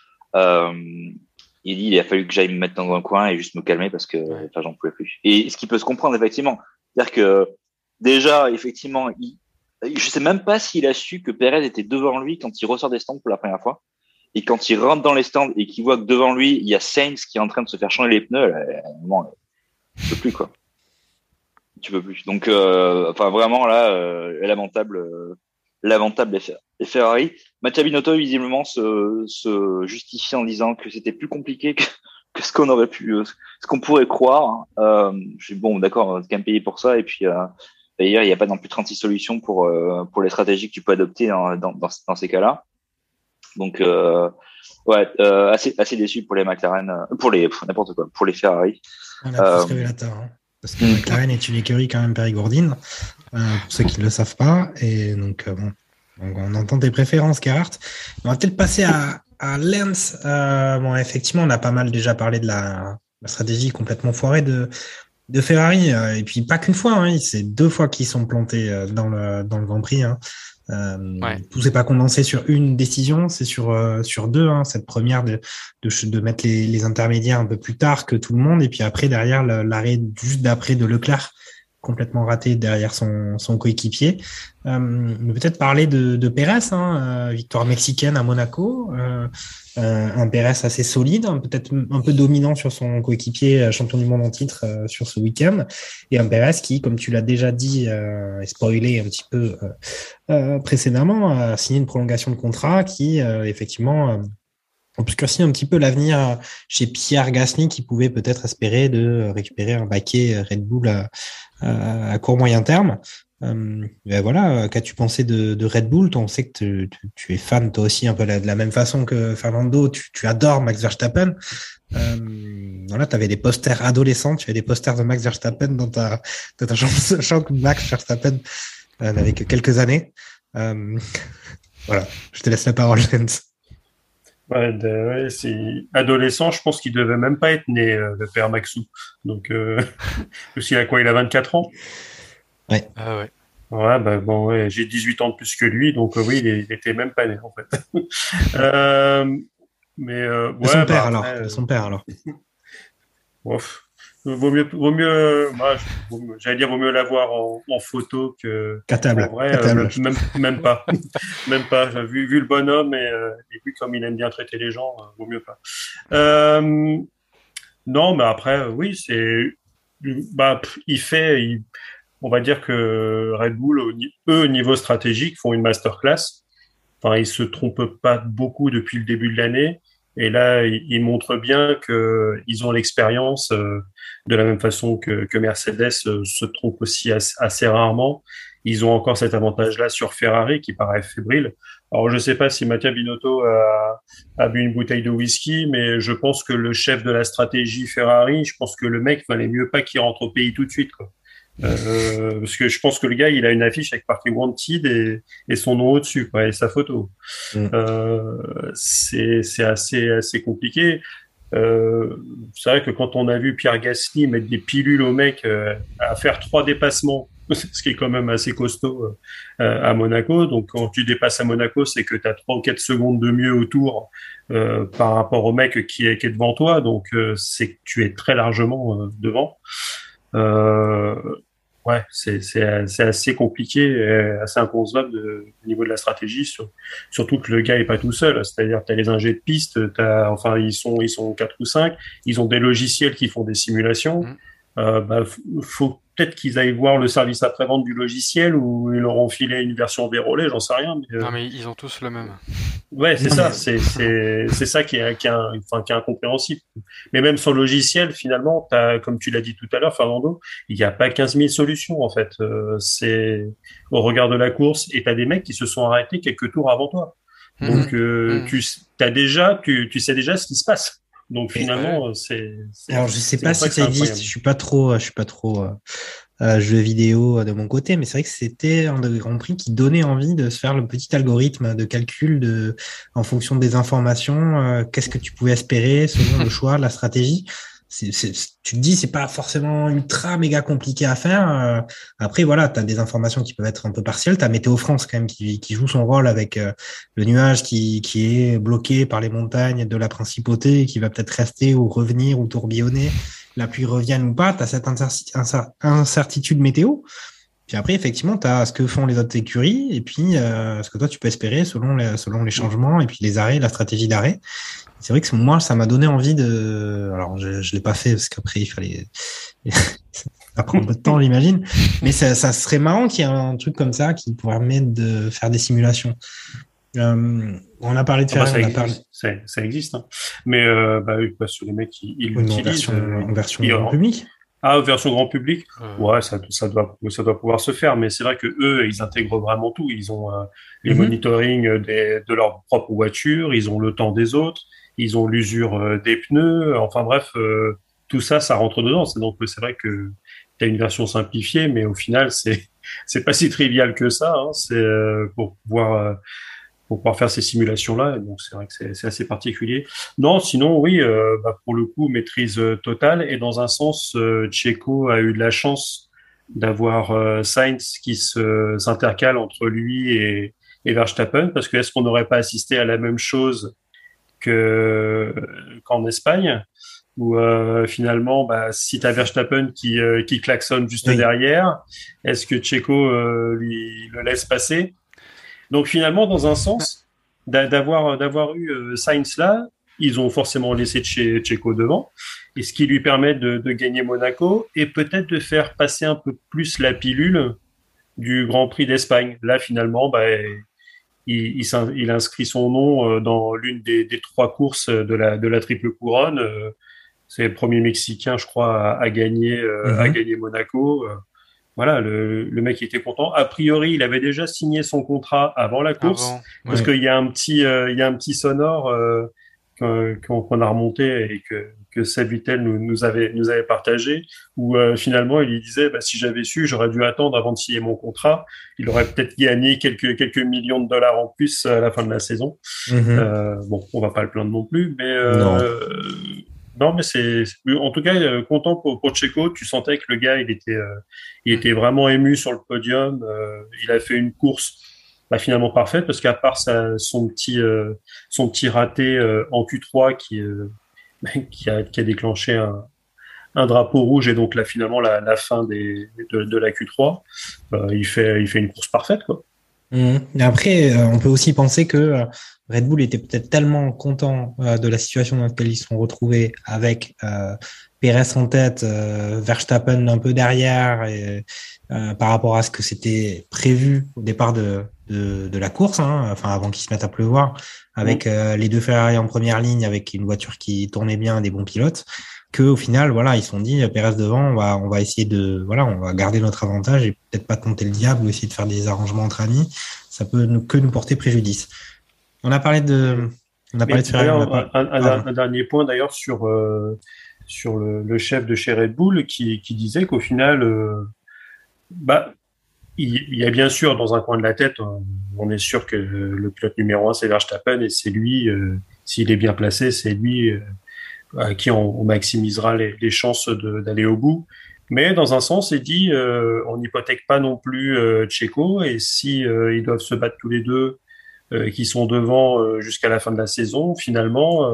Speaker 10: il dit il a fallu que j'aille me mettre dans un coin et juste me calmer parce que j'en pouvais plus. Et ce qui peut se comprendre effectivement, c'est-à-dire que déjà effectivement, je sais même pas s'il a su que Pérez était devant lui quand il ressort des stands pour la première fois et quand il rentre dans les stands et qu'il voit que devant lui il y a Sainz qui est en train de se faire changer les pneus, là, tu peux plus quoi. Tu peux plus. Donc enfin vraiment là lamentable les Ferrari. Mattia Binotto visiblement se justifie en disant que c'était plus compliqué que ce qu'on aurait pu, ce qu'on pourrait croire. Je suis bon, d'accord, on va quand même payer pour ça. Et puis d'ailleurs, il n'y a pas non plus 36 solutions pour les stratégies que tu peux adopter dans ces cas-là. Donc assez déçu pour les McLaren, pour n'importe quoi, pour les Ferrari.
Speaker 6: On a tous révélateur, hein. Parce que McLaren est une écurie quand même périgourdine, pour ceux qui ne le savent pas. Et donc, on entend tes préférences, Gerhard. On va peut-être passer à Lens. Effectivement, on a pas mal déjà parlé de la stratégie complètement foirée de Ferrari. Et puis, pas qu'une fois, hein, c'est 2 fois qu'ils sont plantés dans le Grand Prix. Hein. Tout s'est pas condensé sur une décision, c'est sur 2, hein, cette première de mettre les intermédiaires un peu plus tard que tout le monde, et puis après derrière l'arrêt juste d'après de Leclerc complètement raté derrière son coéquipier. Peut-être parler de Pérez, hein, victoire mexicaine à Monaco, un Pérez assez solide, hein, peut-être un peu dominant sur son coéquipier, champion du monde en titre sur ce week-end, et un Pérez qui, comme tu l'as déjà dit et spoilé un petit peu précédemment, a signé une prolongation de contrat qui effectivement obscurcit un petit peu l'avenir chez Pierre Gasly, qui pouvait peut-être espérer de récupérer un baquet Red Bull à court moyen terme. Voilà, qu'as-tu pensé de Red Bull? On sait que tu es fan toi aussi un peu de la même façon que Fernando, tu adores Max Verstappen. Voilà, tu avais des posters adolescents, tu avais des posters de Max Verstappen dans ta chambre. Max Verstappen n'avait que quelques années. Voilà, je te laisse la parole, Jens.
Speaker 9: Ouais, c'est adolescent, je pense qu'il devait même pas être né, le père Maxou. Donc, parce qu'il a quoi? Il a 24 ans?
Speaker 6: Ouais.
Speaker 7: Ah ouais.
Speaker 9: Ouais, bah bon, ouais, j'ai 18 ans de plus que lui, donc oui, il était même pas né, en fait. Mais ouais,
Speaker 6: son père,
Speaker 9: après,
Speaker 6: alors. Son père, alors.
Speaker 9: Ouf. Vaut mieux, j'allais dire, vaut mieux l'avoir en photo
Speaker 6: qu'à table.
Speaker 9: En vrai, même pas. Même pas. Vu le bonhomme et vu comme il aime bien traiter les gens, vaut mieux pas. Non, mais après, oui, on va dire que Red Bull, eux, au niveau stratégique, font une masterclass. Enfin, ils se trompent pas beaucoup depuis le début de l'année. Et là, ils montrent bien qu'ils ont l'expérience de la même façon que Mercedes se trompe aussi assez rarement. Ils ont encore cet avantage-là sur Ferrari qui paraît fébrile. Alors, je sais pas si Mattia Binotto a bu une bouteille de whisky, mais je pense que le chef de la stratégie Ferrari, je pense que le mec valait mieux pas qu'il rentre au pays tout de suite, quoi. Parce que je pense que le gars, il a une affiche avec Party Wanted et son nom au-dessus, quoi, et sa photo. C'est assez compliqué. C'est vrai que quand on a vu Pierre Gasly mettre des pilules au mec à faire 3 dépassements, ce qui est quand même assez costaud à Monaco. Donc quand tu dépasses à Monaco, c'est que tu as 3 ou 4 secondes de mieux autour par rapport au mec qui est devant toi. Donc c'est que tu es très largement devant. Ouais, c'est assez compliqué, et assez inconcevable au niveau de la stratégie, surtout que le gars est pas tout seul. C'est-à-dire, t'as les ingés de piste, enfin, ils sont 4 ou 5, ils ont des logiciels qui font des simulations. Faut peut-être qu'ils aillent voir le service après-vente du logiciel ou ils leur ont filé une version vérolée, j'en sais rien.
Speaker 7: Non, mais ils ont tous le même.
Speaker 9: Ouais, c'est ça, c'est ça qui est incompréhensible. Mais même sur le logiciel, finalement, comme tu l'as dit tout à l'heure, Fernando, il n'y a pas 15 000 solutions, en fait. C'est au regard de la course, et t'as des mecs qui se sont arrêtés quelques tours avant toi. Donc, tu sais déjà ce qui se passe. Donc finalement,
Speaker 6: alors je sais pas si ça existe. Je suis pas trop jeux vidéo de mon côté, mais c'est vrai que c'était un des Grands Prix qui donnait envie de se faire le petit algorithme de calcul en fonction des informations, qu'est-ce que tu pouvais espérer selon le choix, la stratégie. Tu te dis, c'est pas forcément ultra méga compliqué à faire. Après, voilà, tu as des informations qui peuvent être un peu partielles. Tu as Météo France quand même qui joue son rôle avec le nuage qui est bloqué par les montagnes de la principauté et qui va peut-être rester ou revenir ou tourbillonner. La pluie revienne ou pas. Tu as cette incertitude météo. Puis après, effectivement, tu as ce que font les autres écuries et puis ce que toi, tu peux espérer selon les changements et puis les arrêts, la stratégie d'arrêt. C'est vrai que moi, ça m'a donné envie de... Alors, je l'ai pas fait parce qu'après, il fallait... ça prend un peu de temps, j'imagine. Mais ça serait marrant qu'il y ait un truc comme ça qui pourrait permettre de faire des simulations. On a parlé de faire...
Speaker 9: Ça existe. Hein. Mais parce que les mecs, ils l'utilisent.
Speaker 6: En version grand public.
Speaker 9: Ah, version grand public. Ouais, ça doit pouvoir se faire. Mais c'est vrai que eux, ils intègrent vraiment tout. Ils ont les monitoring de leur propre voiture. Ils ont le temps des autres. Ils ont l'usure des pneus. Enfin bref, tout ça rentre dedans. Donc c'est vrai que tu as une version simplifiée, mais au final, c'est pas si trivial que ça. Hein. C'est pour pouvoir faire ces simulations-là. Donc c'est vrai que c'est assez particulier. Non, sinon oui, pour le coup, maîtrise totale. Et dans un sens, Checo a eu de la chance d'avoir Sainz qui s'intercale entre lui et Verstappen, parce que est-ce qu'on n'aurait pas assisté à la même chose qu'en Espagne, où finalement, si tu as Verstappen qui klaxonne juste derrière, est-ce que Checo lui le laisse passer? Donc finalement, dans un sens, d'avoir eu Sainz là, ils ont forcément laissé Checo devant, et ce qui lui permet de gagner Monaco et peut-être de faire passer un peu plus la pilule du Grand Prix d'Espagne. Là, finalement, il inscrit son nom dans l'une des 3 courses de la triple couronne. C'est le premier Mexicain, je crois, à gagner Monaco. Voilà, le mec était content. A priori, il avait déjà signé son contrat avant la course, parce qu'il y a un petit sonore qu'on a remonté et que Seb Vittel nous avait partagé, où finalement il lui disait si j'avais su, j'aurais dû attendre avant de signer mon contrat. Il aurait peut-être gagné quelques millions de dollars en plus à la fin de la saison. On va pas le plaindre non plus, mais non, mais c'est en tout cas content pour Checo. Tu sentais que le gars il était vraiment ému sur le podium. Il a fait une course finalement parfaite, parce qu'à part son petit raté en Q3 qui a déclenché un drapeau rouge, et donc là finalement la fin de la Q3, il fait une course parfaite, quoi.
Speaker 6: Et après, on peut aussi penser que Red Bull était peut-être tellement content de la situation dans laquelle ils se sont retrouvés, avec Pérez en tête, Verstappen un peu derrière, et par rapport à ce que c'était prévu au départ de la course, avant qu'ils se mettent à pleuvoir, avec les 2 Ferrari en première ligne, avec une voiture qui tournait bien, des bons pilotes, que au final, voilà, ils se sont dit, Pérez devant, on va essayer on va garder notre avantage et peut-être pas tenter le diable ou essayer de faire des arrangements entre amis. Ça peut que nous porter préjudice. On a parlé de Ferrari.
Speaker 9: Un dernier point d'ailleurs sur le chef de chez Red Bull qui disait qu'au final, il y a bien sûr dans un coin de la tête, on est sûr que le pilote numéro 1 c'est Verstappen, et c'est lui, s'il est bien placé, c'est lui à qui on maximisera les chances d'aller au bout. Mais dans un sens, il dit, on n'hypothèque pas non plus Checo, et si ils doivent se battre tous les deux, qui sont devant jusqu'à la fin de la saison, finalement,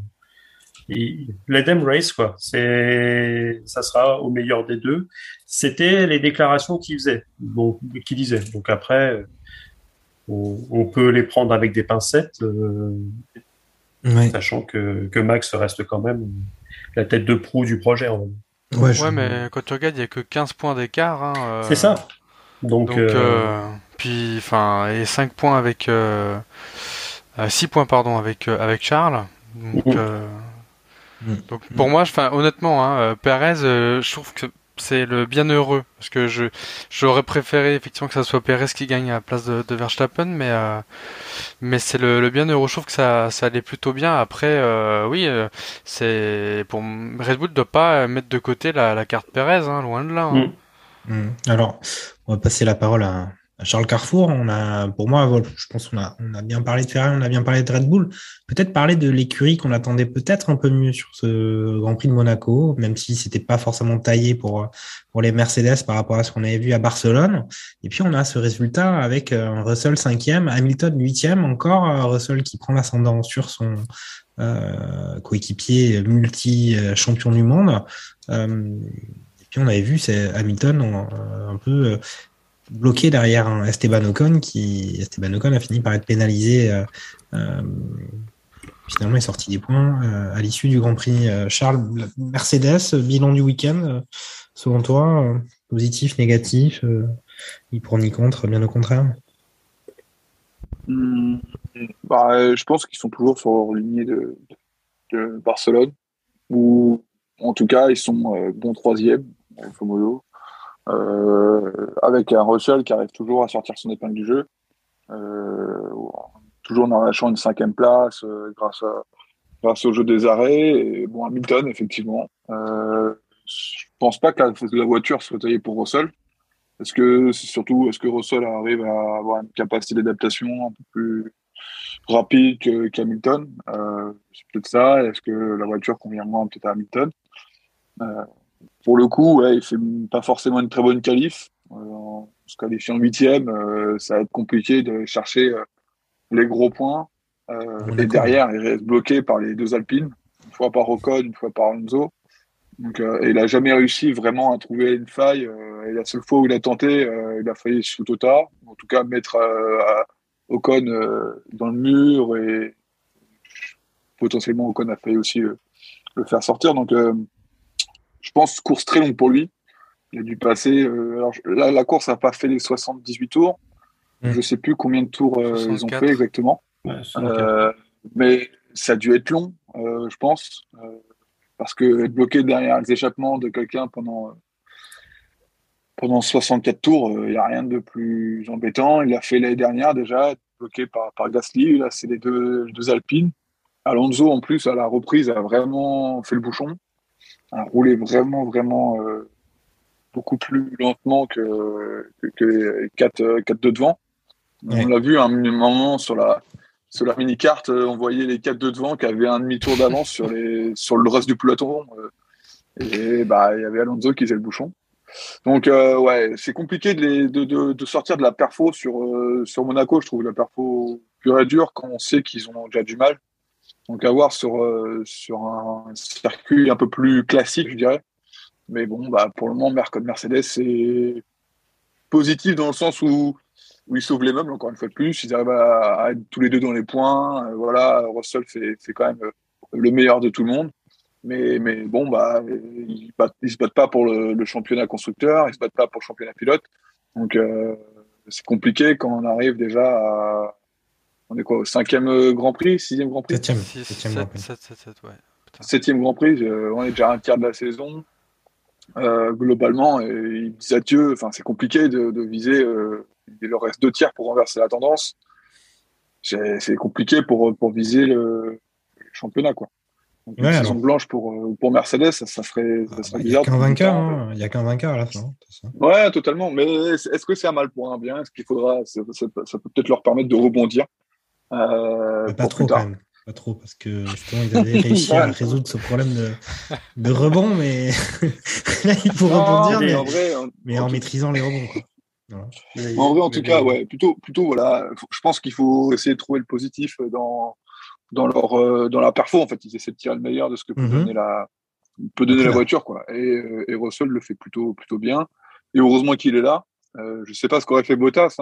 Speaker 9: let them race, quoi. Ça sera au meilleur des deux. C'était les déclarations qu'il faisait, qu'il disait. Donc après, on peut les prendre avec des pincettes, sachant que Max reste quand même la tête de proue du projet.
Speaker 7: Mais quand tu regardes, il y a que 15 points d'écart. Hein,
Speaker 9: c'est ça. Donc
Speaker 7: puis, et 5 points avec 6 points, pardon, avec Charles. Donc pour moi, honnêtement, Perez, je trouve que c'est le bienheureux, parce que j'aurais préféré effectivement que ça soit Perez qui gagne à la place de Verstappen, mais c'est le bienheureux. Je trouve que ça allait plutôt bien. Après, c'est pour Red Bull ne doit pas mettre de côté la carte Perez, loin de là.
Speaker 6: Alors, on va passer la parole à Charles Carrefour. Pour moi, je pense qu'on a bien parlé de Ferrari, on a bien parlé de Red Bull. Peut-être parler de l'écurie qu'on attendait peut-être un peu mieux sur ce Grand Prix de Monaco, même si c'était pas forcément taillé pour les Mercedes par rapport à ce qu'on avait vu à Barcelone. Et puis, on a ce résultat avec Russell 5e, Hamilton 8e, encore Russell qui prend l'ascendant sur son coéquipier multi-champion du monde. Et puis, on avait vu Hamilton un peu bloqué derrière un Esteban Ocon a fini par être pénalisé. Finalement, est sorti des points à l'issue du Grand Prix. Charles, Mercedes, bilan du week-end, selon toi, positif, négatif, ni pour ni contre, bien au contraire?
Speaker 8: Je pense qu'ils sont toujours sur leur lignée de Barcelone, ou en tout cas, ils sont bon troisième, grosso modo. Avec un Russell qui arrive toujours à sortir son épingle du jeu, toujours en arrachant une 5e place grâce au jeu des arrêts. Et Hamilton, effectivement, je pense pas que la voiture soit taillée pour Russell. Est-ce que Russell arrive à avoir une capacité d'adaptation un peu plus rapide qu'Hamilton? C'est peut-être ça. Est-ce que la voiture convient moins peut-être à Hamilton? Pour le coup, il fait pas forcément une très bonne qualif. En se qualifiant 8e, ça va être compliqué de chercher les gros points. Et derrière, il reste bloqué par les deux Alpines, une fois par Ocon, une fois par Alonso. Donc, il a jamais réussi vraiment à trouver une faille. Et la seule fois où il a tenté, il a failli sous Tota. En tout cas, mettre Ocon dans le mur, et potentiellement Ocon a failli aussi le faire sortir. Donc, je pense course très longue pour lui. Il a dû passer. La course n'a pas fait les 78 tours. Je ne sais plus combien de tours ils ont fait exactement. Mais ça a dû être long, je pense. Parce que être bloqué derrière les échappements de quelqu'un pendant 64 tours, il n'y a rien de plus embêtant. Il l'a fait l'année dernière déjà, bloqué par Gasly. Là, c'est les deux Alpines. Alonso, en plus, à la reprise, a vraiment fait le bouchon. A roulé vraiment beaucoup plus lentement que les 4 de devant. On l'a vu à un moment sur la mini-carte, on voyait les 4 de devant qui avaient un demi-tour d'avance sur le reste du peloton. Et il y avait Alonso qui faisait le bouchon. Donc, c'est compliqué de sortir de la perfo sur Monaco. Je trouve la perfo pure et dure quand on sait qu'ils ont déjà du mal. Donc, à voir sur un circuit un peu plus classique, je dirais. Mais bon, pour le moment, Mercedes, c'est positif dans le sens où ils sauvent les meubles, encore une fois de plus. Ils arrivent à être tous les deux dans les points. Russell fait quand même le meilleur de tout le monde. Mais bon, ils se battent pas pour le championnat constructeur, ils se battent pas pour le championnat pilote. Donc, c'est compliqué quand on arrive déjà à... On est quoi, au 5e Grand Prix, 6e Grand Prix?
Speaker 6: 7e Grand Prix.
Speaker 8: 7e Grand Prix, on est déjà à un tiers de la saison. Globalement, ils disent adieu. Enfin, c'est compliqué de viser. Il leur reste 2 tiers pour renverser la tendance. C'est compliqué pour viser le championnat, quoi. Donc, une saison blanche pour Mercedes, ça serait bizarre.
Speaker 6: Il n'y a qu'un vainqueur, il n'y a qu'un vainqueur à la fin.
Speaker 8: Ouais, totalement. Mais est-ce que c'est un mal pour un bien? Est-ce qu'il faudra, ça peut peut-être leur permettre de rebondir
Speaker 6: pas trop,
Speaker 8: plus tard.
Speaker 6: quand même. Pas trop, parce que justement, ils avaient réussi à résoudre ce problème de rebond, mais là, il faut rebondir, mais en maîtrisant les rebonds, quoi. Voilà.
Speaker 8: En vrai, en tout cas, ouais, plutôt, voilà. Je pense qu'il faut essayer de trouver le positif dans la perfo. En fait, ils essaient de tirer le meilleur de ce que peut donner la voiture, quoi. Et Russell le fait plutôt bien. Et heureusement qu'il est là. Je sais pas ce qu'aurait fait Bottas.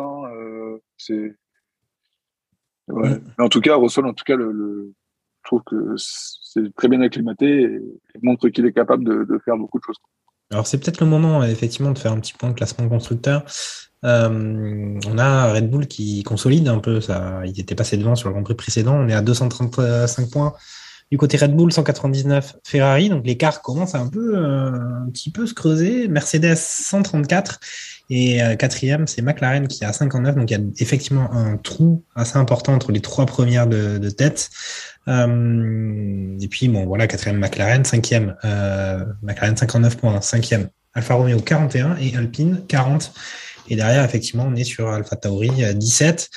Speaker 8: Ouais. Mais en tout cas, Russell, je trouve que c'est très bien acclimaté et montre qu'il est capable de faire beaucoup de choses.
Speaker 6: Alors, c'est peut-être le moment, effectivement, de faire un petit point de classement constructeur. On a Red Bull qui consolide un peu ça. Ils étaient passés devant sur le Grand Prix précédent. On est à 235 points du côté Red Bull, 199 Ferrari. Donc, l'écart commence un petit peu se creuser. Mercedes, 134. Et quatrième, c'est McLaren qui est à 59. Donc, il y a effectivement un trou assez important entre les trois premières de tête. Et puis, bon, voilà, quatrième McLaren, cinquième McLaren 59 points, cinquième Alfa Romeo 41 et Alpine 40. Et derrière, effectivement, on est sur Alpha Tauri 17.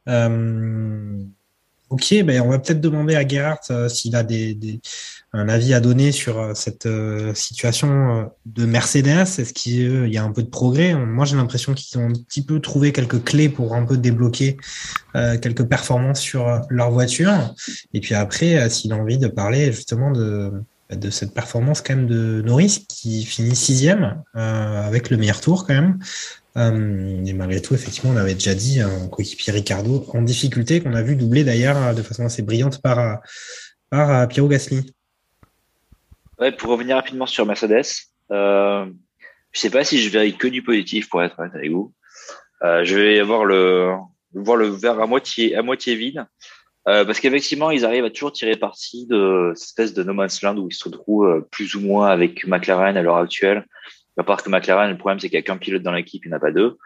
Speaker 6: Ok, ben on va peut-être demander à Gerhard s'il a un avis à donner sur cette situation de Mercedes. Est-ce qu'il y a un peu de progrès? Moi, j'ai l'impression qu'ils ont un petit peu trouvé quelques clés pour un peu débloquer quelques performances sur leur voiture. Et puis après, s'il a envie de parler justement de cette performance quand même de Norris qui finit 6e avec le meilleur tour quand même. Et malgré tout, effectivement, on avait déjà dit un coéquipier Ricciardo en difficulté qu'on a vu doubler d'ailleurs de façon assez brillante par Pierrot Gasly.
Speaker 10: Ouais, pour revenir rapidement sur Mercedes, je sais pas si je verrai que du positif pour être honnête avec vous. Je vais voir le verre à moitié vide. Parce qu'effectivement, ils arrivent à toujours tirer parti de cette espèce de no man's land où ils se retrouvent plus ou moins avec McLaren à l'heure actuelle. À part que McLaren, le problème, c'est qu'il n'y a qu'un pilote dans l'équipe, il n'y en a pas deux.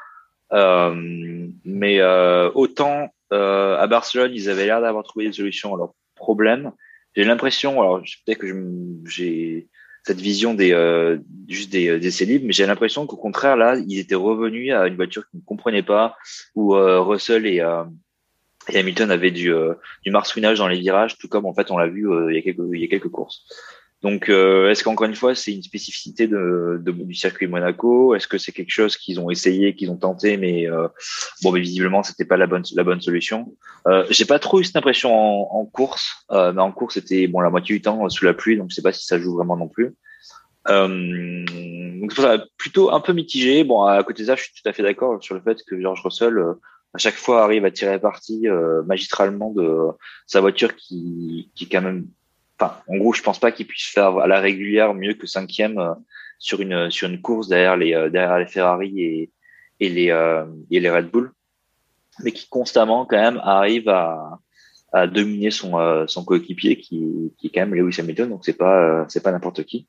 Speaker 10: Mais autant à Barcelone, ils avaient l'air d'avoir trouvé des solutions à leurs problèmes. J'ai l'impression, alors peut-être que j'ai cette vision juste des essais libres, mais j'ai l'impression qu'au contraire, là, ils étaient revenus à une voiture qu'ils ne comprenaient pas, où Russell et Hamilton avaient du marsouinage dans les virages, tout comme en fait on l'a vu il y a quelques courses. Donc, est-ce qu'encore une fois, c'est une spécificité du circuit Monaco? Est-ce que c'est quelque chose qu'ils ont essayé, qu'ils ont tenté, mais mais visiblement, c'était pas la bonne solution. J'ai pas trop eu cette impression en course, mais en course, c'était la moitié du temps sous la pluie, donc je sais pas si ça joue vraiment non plus. Donc c'est pour ça, plutôt un peu mitigé. Bon, à côté de ça, je suis tout à fait d'accord sur le fait que George Russell, à chaque fois, arrive à tirer parti magistralement de sa voiture qui est quand même. Enfin, en gros, je pense pas qu'il puisse faire à la régulière mieux que 5e sur une course derrière les Ferrari et les Red Bull, mais qui constamment quand même arrive à dominer son coéquipier qui est quand même Lewis Hamilton, donc c'est pas n'importe qui.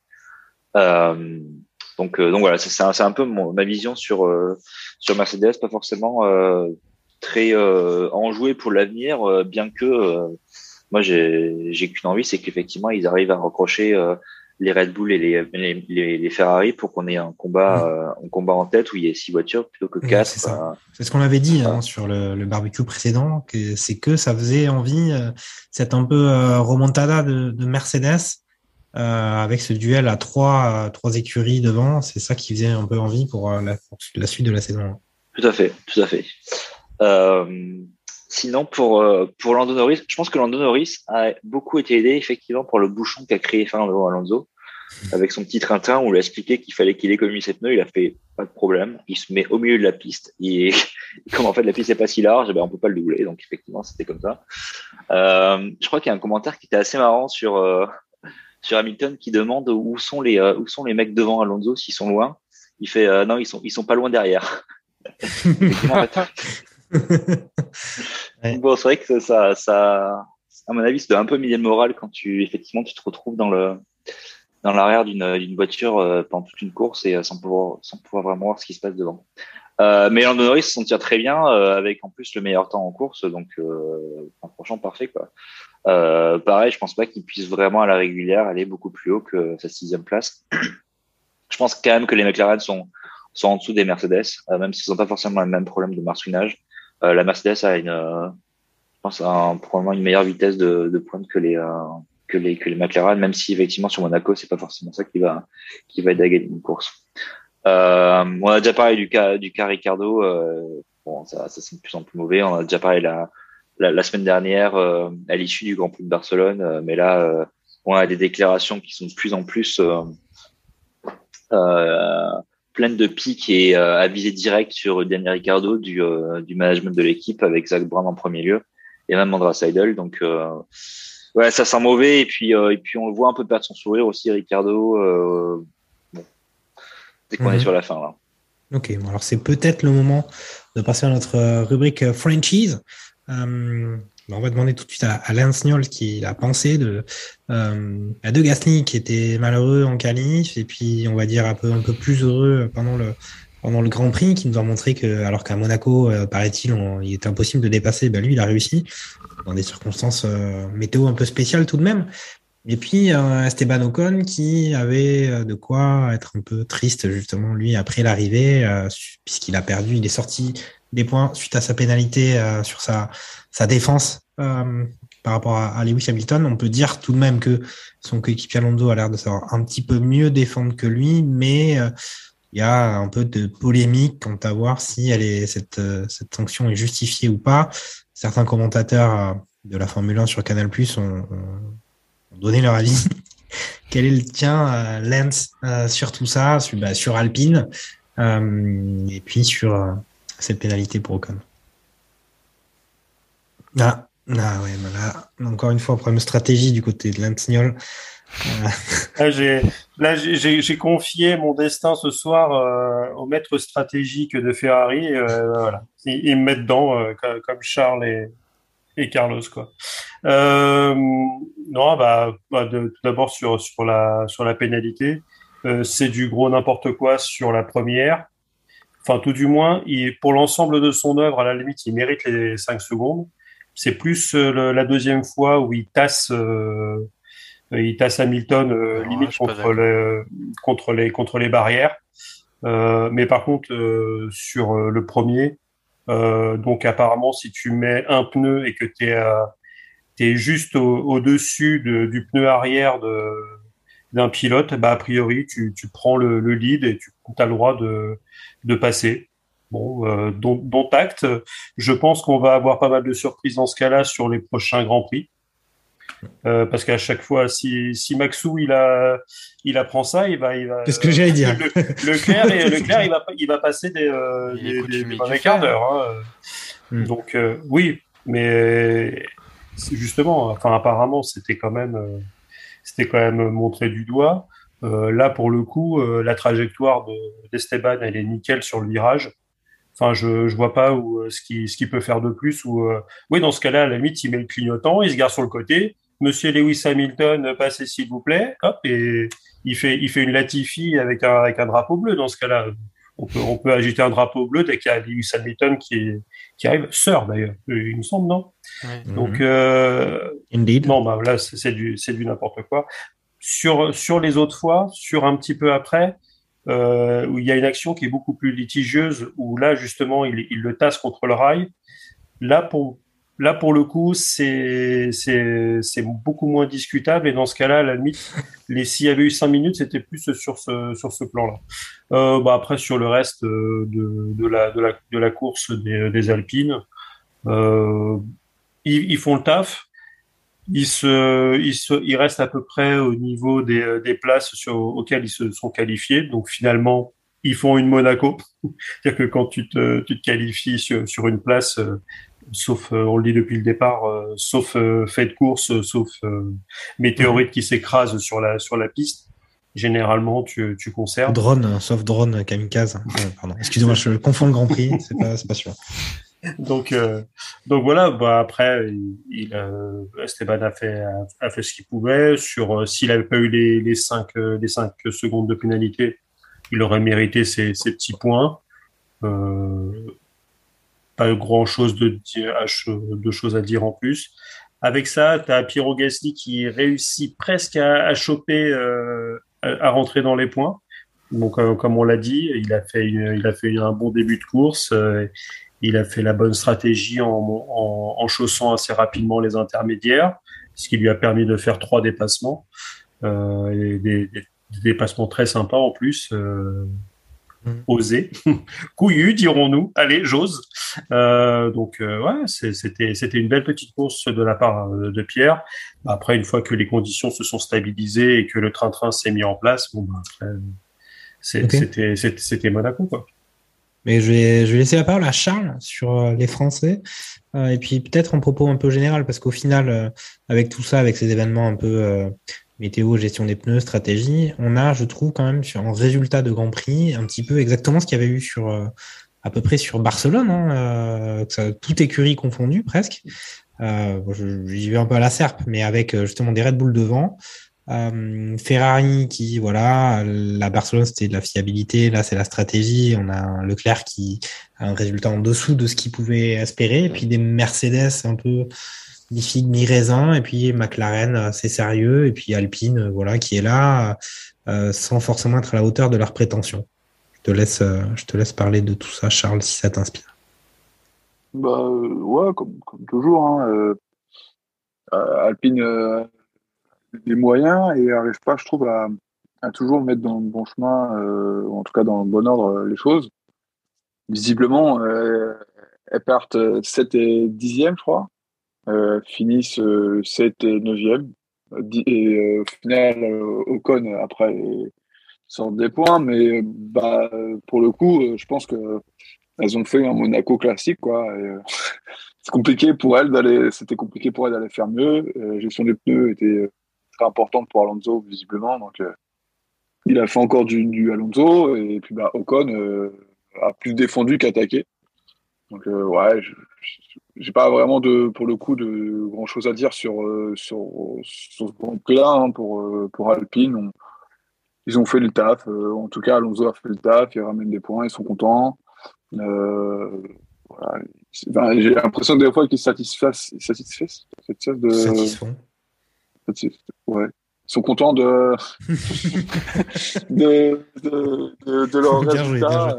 Speaker 10: Donc voilà, c'est un peu ma vision sur Mercedes, pas forcément très enjoué pour l'avenir, bien que moi, j'ai qu'une envie, c'est qu'effectivement, ils arrivent à recrocher les Red Bull et les Ferrari pour qu'on ait un combat en tête où il y ait 6 voitures plutôt que 4.
Speaker 6: C'est ça. C'est ce qu'on avait dit sur le barbecue précédent, que ça faisait envie, cette un peu remontada de Mercedes avec ce duel à trois écuries devant. C'est ça qui faisait un peu envie pour la suite de la saison.
Speaker 10: Tout à fait. Sinon, pour Lando Norris, je pense que Lando Norris a beaucoup été aidé effectivement pour le bouchon qu'a créé Fernando Alonso avec son petit train-train où il a expliqué qu'il fallait qu'il économise ses pneus. Il a fait pas de problème. Il se met au milieu de la piste. Comme en fait la piste n'est pas si large, on peut pas le doubler. Donc effectivement, c'était comme ça. Je crois qu'il y a un commentaire qui était assez marrant sur Hamilton qui demande où sont les mecs devant Alonso s'ils sont loin. Il fait non, ils sont pas loin derrière. Effectivement, en fait.
Speaker 6: Ouais.
Speaker 10: Bon, c'est vrai que ça, à mon avis, c'est un peu miner le moral quand tu te retrouves dans l'arrière d'une voiture pendant toute une course et sans pouvoir vraiment voir ce qui se passe devant. Mais Lando Norris s'en tire très bien avec en plus le meilleur temps en course, donc franchement parfait quoi. Pareil, je pense pas qu'il puisse vraiment à la régulière aller beaucoup plus haut que sa 6e place. Je pense quand même que les McLaren sont en dessous des Mercedes, même s'ils n'ont pas forcément le même problème de marsouinage. La Mercedes a pense à probablement une meilleure vitesse de pointe que les McLaren, même si effectivement sur Monaco, c'est pas forcément ça qui va aider à gagner une course. On a déjà parlé du cas Ricardo. Bon, ça c'est de plus en plus mauvais. On a déjà parlé la semaine dernière à l'issue du Grand Prix de Barcelone, mais là, on a des déclarations qui sont de plus en plus pleines de piques et à visée directe sur Daniel Ricciardo du management de l'équipe avec Zak Brown en premier lieu et même Andrea Seidel. Donc ouais, ça sent mauvais et puis on le voit un peu perdre son sourire aussi, Ricciardo. Bon, dès qu'on est sur la fin là.
Speaker 6: Ok, bon, alors c'est peut-être le moment de passer à notre rubrique franchise. On va demander tout de suite à Lance Stroll qui a pensé à De Gasly qui était malheureux en qualif et puis on va dire un peu plus heureux pendant le Grand Prix, qui nous a montré que alors qu'à Monaco paraît-il il était impossible de dépasser, lui il a réussi dans des circonstances météo un peu spéciales tout de même. Et puis Esteban Ocon qui avait de quoi être un peu triste justement lui après l'arrivée puisqu'il a perdu, il est sorti des points suite à sa pénalité sur sa défense par rapport à Lewis Hamilton. On peut dire tout de même que son coéquipier Alonso a l'air de savoir un petit peu mieux défendre que lui, mais il y a un peu de polémique quant à voir si cette sanction est justifiée ou pas. Certains commentateurs de la Formule 1 sur Canal+ ont donné leur avis. Quel est le tien, Lance, sur tout ça, sur Alpine et puis sur cette pénalité pour Ocon? Ouais, là, encore une fois, problème de stratégie du côté de Lance Stroll.
Speaker 9: J'ai confié mon destin ce soir au maître stratégique de Ferrari. Voilà, ils me mettent dedans comme Charles et Carlos, quoi. Non, tout d'abord sur la pénalité, c'est du gros n'importe quoi sur la première. Enfin, tout du moins, pour l'ensemble de son œuvre, à la limite, il mérite les 5 secondes. C'est plus la deuxième fois où il tasse Hamilton limite contre les barrières. Mais par contre, sur le premier, donc apparemment, si tu mets un pneu et que t'es juste au-dessus du pneu arrière d'un pilote, a priori, tu prends le lead et tu as le droit de passer. Bon, dont acte. Je pense qu'on va avoir pas mal de surprises dans ce cas-là sur les prochains Grands Prix. Parce qu'à chaque fois, si Maxou il apprend ça, il va.
Speaker 6: C'est ce que j'allais dire.
Speaker 9: Leclerc, il va passer des mauvais quarts d'heure. Donc oui, mais justement, enfin apparemment, c'était quand même montré du doigt. Là, pour le coup, la trajectoire d'Esteban, elle est nickel sur le virage. Enfin, je vois pas ce qu'il peut faire de plus. Oui, dans ce cas-là, à la limite, il met le clignotant, il se gare sur le côté. Monsieur Lewis Hamilton, passez s'il vous plaît. Hop, et il fait une Latifi avec un drapeau bleu. Dans ce cas-là, on peut agiter un drapeau bleu dès qu'il y a Lewis Hamilton qui arrive. Sœur d'ailleurs, il me semble, non? Ouais. Donc,
Speaker 6: Indeed.
Speaker 9: Non, là, c'est du n'importe quoi. Sur les autres fois, sur un petit peu après, où il y a une action qui est beaucoup plus litigieuse, où là justement il le tasse contre le rail. Là pour le coup c'est beaucoup moins discutable, et dans ce cas-là, à la limite, s'il y avait eu 5 minutes, c'était plus sur ce plan-là. Après sur le reste de la course des Alpines, ils font le taf. Ils restent à peu près au niveau des places auxquelles ils se sont qualifiés. Donc finalement, ils font une Monaco. C'est-à-dire que quand tu te qualifies sur une place, sauf, on le dit depuis le départ, sauf fait de course, sauf météorite qui s'écrase sur la piste, généralement tu conserves.
Speaker 6: Sauf drone kamikaze. Pardon. Excusez-moi, je confonds le Grand Prix. C'est pas sûr.
Speaker 9: Donc voilà. Après, Esteban a fait ce qu'il pouvait. S'il avait pas eu les 5 secondes de pénalité, il aurait mérité ses petits points. Pas grand chose de choses à dire en plus. Avec ça, t'as Piero Gasly qui réussit presque à choper, à rentrer dans les points. Donc comme on l'a dit, il a fait un bon début de course. Il a fait la bonne stratégie en chaussant assez rapidement les intermédiaires, ce qui lui a permis de faire 3 dépassements, et des dépassements très sympas en plus, osés, couillus dirons-nous. Allez, j'ose. Ouais, c'était une belle petite course de la part de Pierre. Après, une fois que les conditions se sont stabilisées et que le train-train s'est mis en place, après, c'était Monaco, quoi.
Speaker 6: Mais je vais laisser la parole à Charles sur les Français, et puis peut-être en propos un peu général, parce qu'au final, avec tout ça, avec ces événements un peu météo, gestion des pneus, stratégie, on a, je trouve, quand même, sur un résultat de Grand Prix, un petit peu exactement ce qu'il y avait eu sur à peu près sur Barcelone, toute écurie confondue, presque. J'y vais un peu à la serpe, mais avec justement des Red Bull devant. Ferrari qui, voilà, la Barcelone c'était de la fiabilité, là c'est la stratégie. On a un Leclerc qui a un résultat en dessous de ce qu'il pouvait espérer, et puis des Mercedes un peu mi-figue mi-raisin, et puis McLaren c'est sérieux, et puis Alpine voilà qui est là sans forcément être à la hauteur de leurs prétentions. Je te laisse parler de tout ça, Charles, si ça t'inspire.
Speaker 8: Ouais, comme toujours, Alpine des moyens et n'arrive pas, je trouve, à toujours mettre dans le bon chemin, ou en tout cas dans le bon ordre, les choses. Visiblement, elles partent 7 et 10e, je crois, finissent 7 et 9e. Et au final, Ocon, après, sortent des points, mais pour le coup, je pense que elles ont fait un Monaco classique, quoi. Et, c'était compliqué pour elle d'aller faire mieux. Gestion des pneus était très importante pour Alonso, visiblement. Donc, il a fait encore du Alonso. Et puis, Ocon a plus défendu qu'attaqué. Donc, ouais, j'ai pas vraiment pour le coup, de grand chose à dire sur ce Grand Prix-là, pour Alpine. Ils ont fait le taf. En tout cas, Alonso a fait le taf. Il ramène des points. Ils sont contents. Voilà. J'ai l'impression que des fois qu'ils ouais. Ils sont contents de leurs résultats.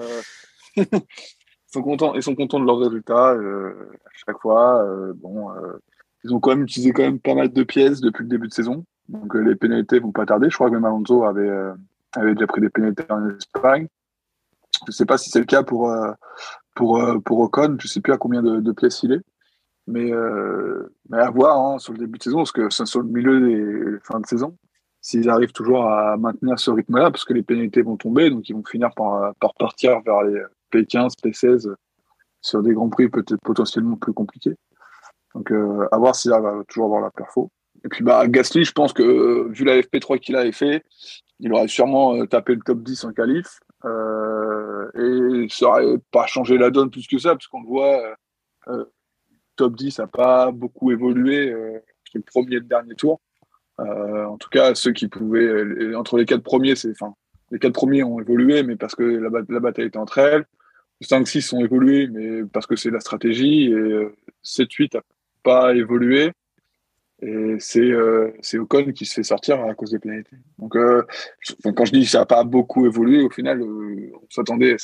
Speaker 8: Ils sont contents de leurs résultats à chaque fois. Ils ont quand même utilisé quand même pas mal de pièces depuis le début de saison. Donc les pénalités vont pas tarder. Je crois que même Alonso avait déjà pris des pénalités en Espagne. Je sais pas si c'est le cas pour Ocon. Je sais plus à combien de pièces il est. Mais à voir sur le début de saison, parce que c'est sur le milieu des fins de saison, s'ils arrivent toujours à maintenir ce rythme-là, parce que les pénalités vont tomber, donc ils vont finir par partir vers les P15, P16 sur des grands prix peut-être potentiellement plus compliqués. Donc à voir s'il va toujours avoir la perfo. Et puis Gasly, je pense que vu la FP3 qu'il avait fait, il aurait sûrement tapé le top 10 en qualif, et ça aurait pas changé la donne plus que ça, parce qu'on le voit, top 10 n'a pas beaucoup évolué entre le premier et le dernier tour. En tout cas, ceux qui pouvaient, entre les 4 premiers, les 4 premiers ont évolué, mais parce que la bataille était entre elles. 5-6 ont évolué, mais parce que c'est la stratégie. Et 7-8 n'a pas évolué. Et c'est Ocon qui se fait sortir à cause des pénalités. Donc, quand je dis que ça n'a pas beaucoup évolué, au final, on s'attendait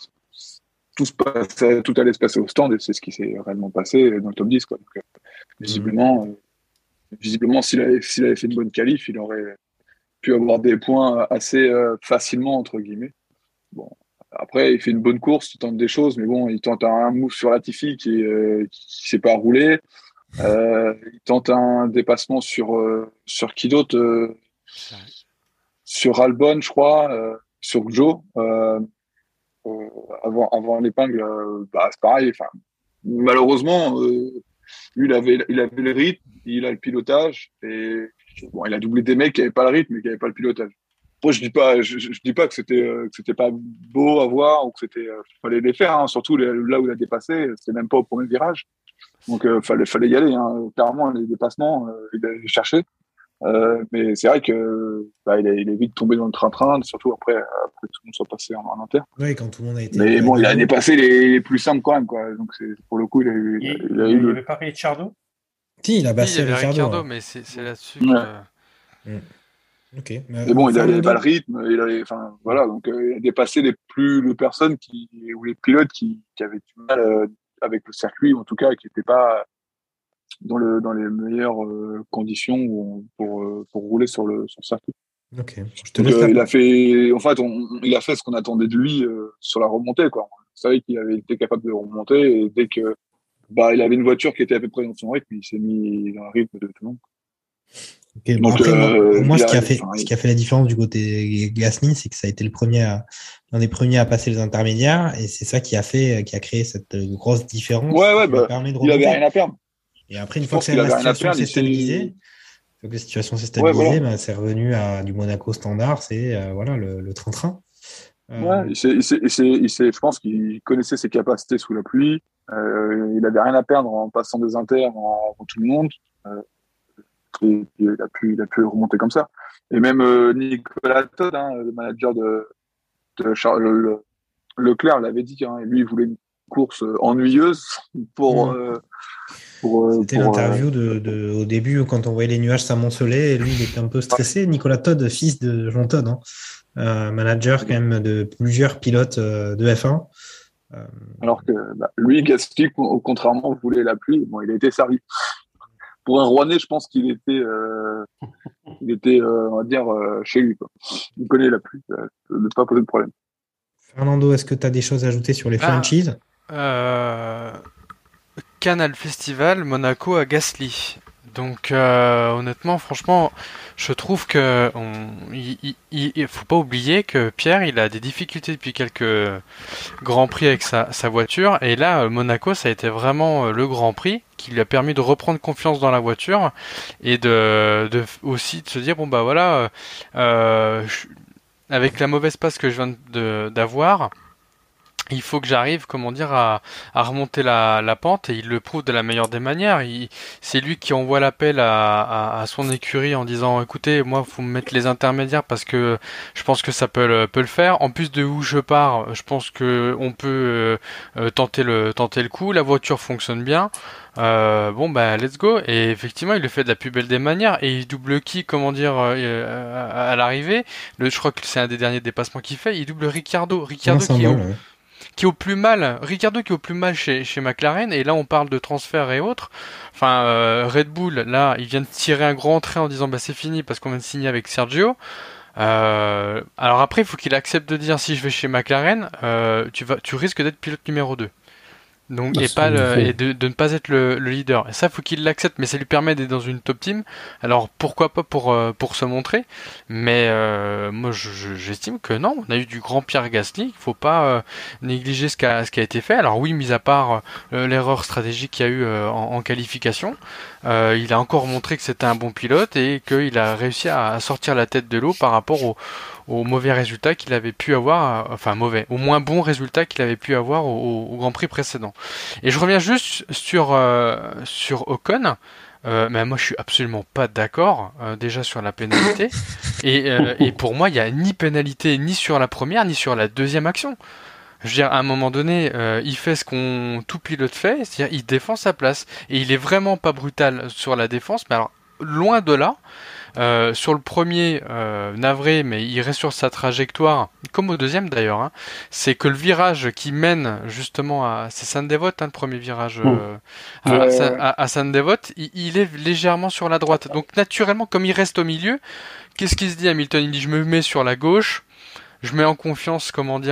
Speaker 8: tout allait se passer au stand, et c'est ce qui s'est réellement passé dans le top 10, quoi. Donc, visiblement, s'il avait fait une bonne qualif, il aurait pu avoir des points assez facilement, entre guillemets. Bon, après, il fait une bonne course, il tente des choses, mais bon, il tente un move sur Latifi qui s'est pas roulé. Il tente un dépassement sur qui d'autre, sur Albon, je crois, sur Joe. Avant l'épingle, c'est pareil. Malheureusement, lui, il avait le rythme, il a le pilotage, et bon, il a doublé des mecs qui n'avaient pas le rythme et qui n'avaient pas le pilotage. Moi, je dis pas que c'était pas beau à voir ou que fallait les faire, surtout là où il a dépassé, c'était même pas au premier virage. Donc fallait y aller, clairement, les dépassements, il allait les chercher. Mais c'est vrai que il est vite tombé dans le train-train, surtout après que tout le monde soit passé en inter.
Speaker 6: Oui, quand tout le monde a été.
Speaker 8: Mais bon, il a dépassé les plus simples quand même, quoi. Donc pour le coup,
Speaker 9: il avait pas Ricciardo.
Speaker 6: Si, il a passé
Speaker 7: Ricciardo, mais c'est là-dessus.
Speaker 8: Ouais.
Speaker 6: Ok.
Speaker 8: Mais bon, il avait pas le rythme, voilà, donc il a dépassé les personnes ou les pilotes qui avaient du mal avec le circuit, ou en tout cas qui n'était pas dans les meilleures conditions pour rouler sur le circuit.
Speaker 6: Ok.
Speaker 8: Donc, il a fait, en fait, il a fait ce qu'on attendait de lui sur la remontée, quoi. On savait qu'il avait été capable de remonter, et dès que il avait une voiture qui était à peu près dans son rythme, il s'est mis dans le rythme de tout le monde.
Speaker 6: Okay, bon, après, moi, ce qui a fait la différence du côté Gasly, c'est que ça a été l'un des premiers à passer les intermédiaires, et c'est ça qui a créé cette grosse différence.
Speaker 8: Ouais, il avait rien à perdre.
Speaker 6: Et après, une fois que la situation s'est stabilisée, c'est revenu à du Monaco standard, c'est le train-train.
Speaker 8: Ouais, je pense qu'il connaissait ses capacités sous la pluie. Il avait rien à perdre en passant des inters avant tout le monde. Il a pu remonter comme ça. Et même Nicolas Todd, le manager de Charles Leclerc, l'avait dit. Lui, il voulait une course ennuyeuse
Speaker 6: C'était l'interview au début, quand on voyait les nuages s'amonceler, et lui, il était un peu stressé. Nicolas Todd, fils de Jean Todd, manager quand même de plusieurs pilotes de F1.
Speaker 8: Alors que lui, Gasly, contrairement, voulait la pluie. Bon, il a été servi. Pour un Rouennais, je pense qu'il était, on va dire, chez lui, quoi. Il connaît la pluie, ne pas poser de problème.
Speaker 6: Fernando, est-ce que tu as des choses à ajouter sur les franchises?
Speaker 7: Canal Festival, Monaco à Gasly. Donc honnêtement, franchement, je trouve que il faut pas oublier que Pierre, il a des difficultés depuis quelques grands prix avec sa voiture, et là Monaco, ça a été vraiment le Grand Prix qui lui a permis de reprendre confiance dans la voiture et de aussi de se dire bon bah voilà, avec la mauvaise passe que je viens d'avoir. Il faut que j'arrive, à remonter la pente, et il le prouve de la meilleure des manières. C'est lui qui envoie l'appel à son écurie en disant écoutez, moi, faut me mettre les intermédiaires parce que je pense que ça peut le faire. En plus de où je pars, je pense que on peut tenter le coup. La voiture fonctionne bien. Let's go. Et effectivement, il le fait de la plus belle des manières, et il double qui, à l'arrivée. Je crois que c'est un des derniers dépassements qu'il fait. Il double Ricciardo qui est au plus mal, Ricciardo qui est au plus mal chez McLaren, et là on parle de transfert et autres. Red Bull, là, il vient de tirer un grand trait en disant c'est fini parce qu'on vient de signer avec Sergio. Alors après, il faut qu'il accepte de dire si je vais chez McLaren, tu risques d'être pilote numéro 2. Donc, et de ne pas être le leader. Et ça, faut qu'il l'accepte, mais ça lui permet d'être dans une top team. Alors, pourquoi pas pour se montrer. Mais, moi, j'estime que non, on a eu du grand Pierre Gasly. Il faut pas négliger ce qui a été fait. Alors oui, mis à part l'erreur stratégique qu'il y a eu en qualification, il a encore montré que c'était un bon pilote et qu'il a réussi à sortir la tête de l'eau par rapport au mauvais résultat qu'il avait pu avoir, au moins bon résultat qu'il avait pu avoir au Grand Prix précédent. Et je reviens juste sur Ocon. Mais moi, je suis absolument pas d'accord déjà sur la pénalité. Et pour moi, il y a ni pénalité ni sur la première ni sur la deuxième action. Je veux dire, à un moment donné, il fait ce qu'on tout pilote fait, c'est-à-dire il défend sa place. Et il est vraiment pas brutal sur la défense, mais alors loin de là. Sur le premier, navré, mais il reste sur sa trajectoire, comme au deuxième d'ailleurs. C'est que le virage qui mène justement c'est Sainte-Dévote, le premier virage à Sainte-Dévote, il est légèrement sur la droite. Donc naturellement, comme il reste au milieu, qu'est-ce qu'il se dit Hamilton? Il dit je me mets sur la gauche. Je mets en confiance,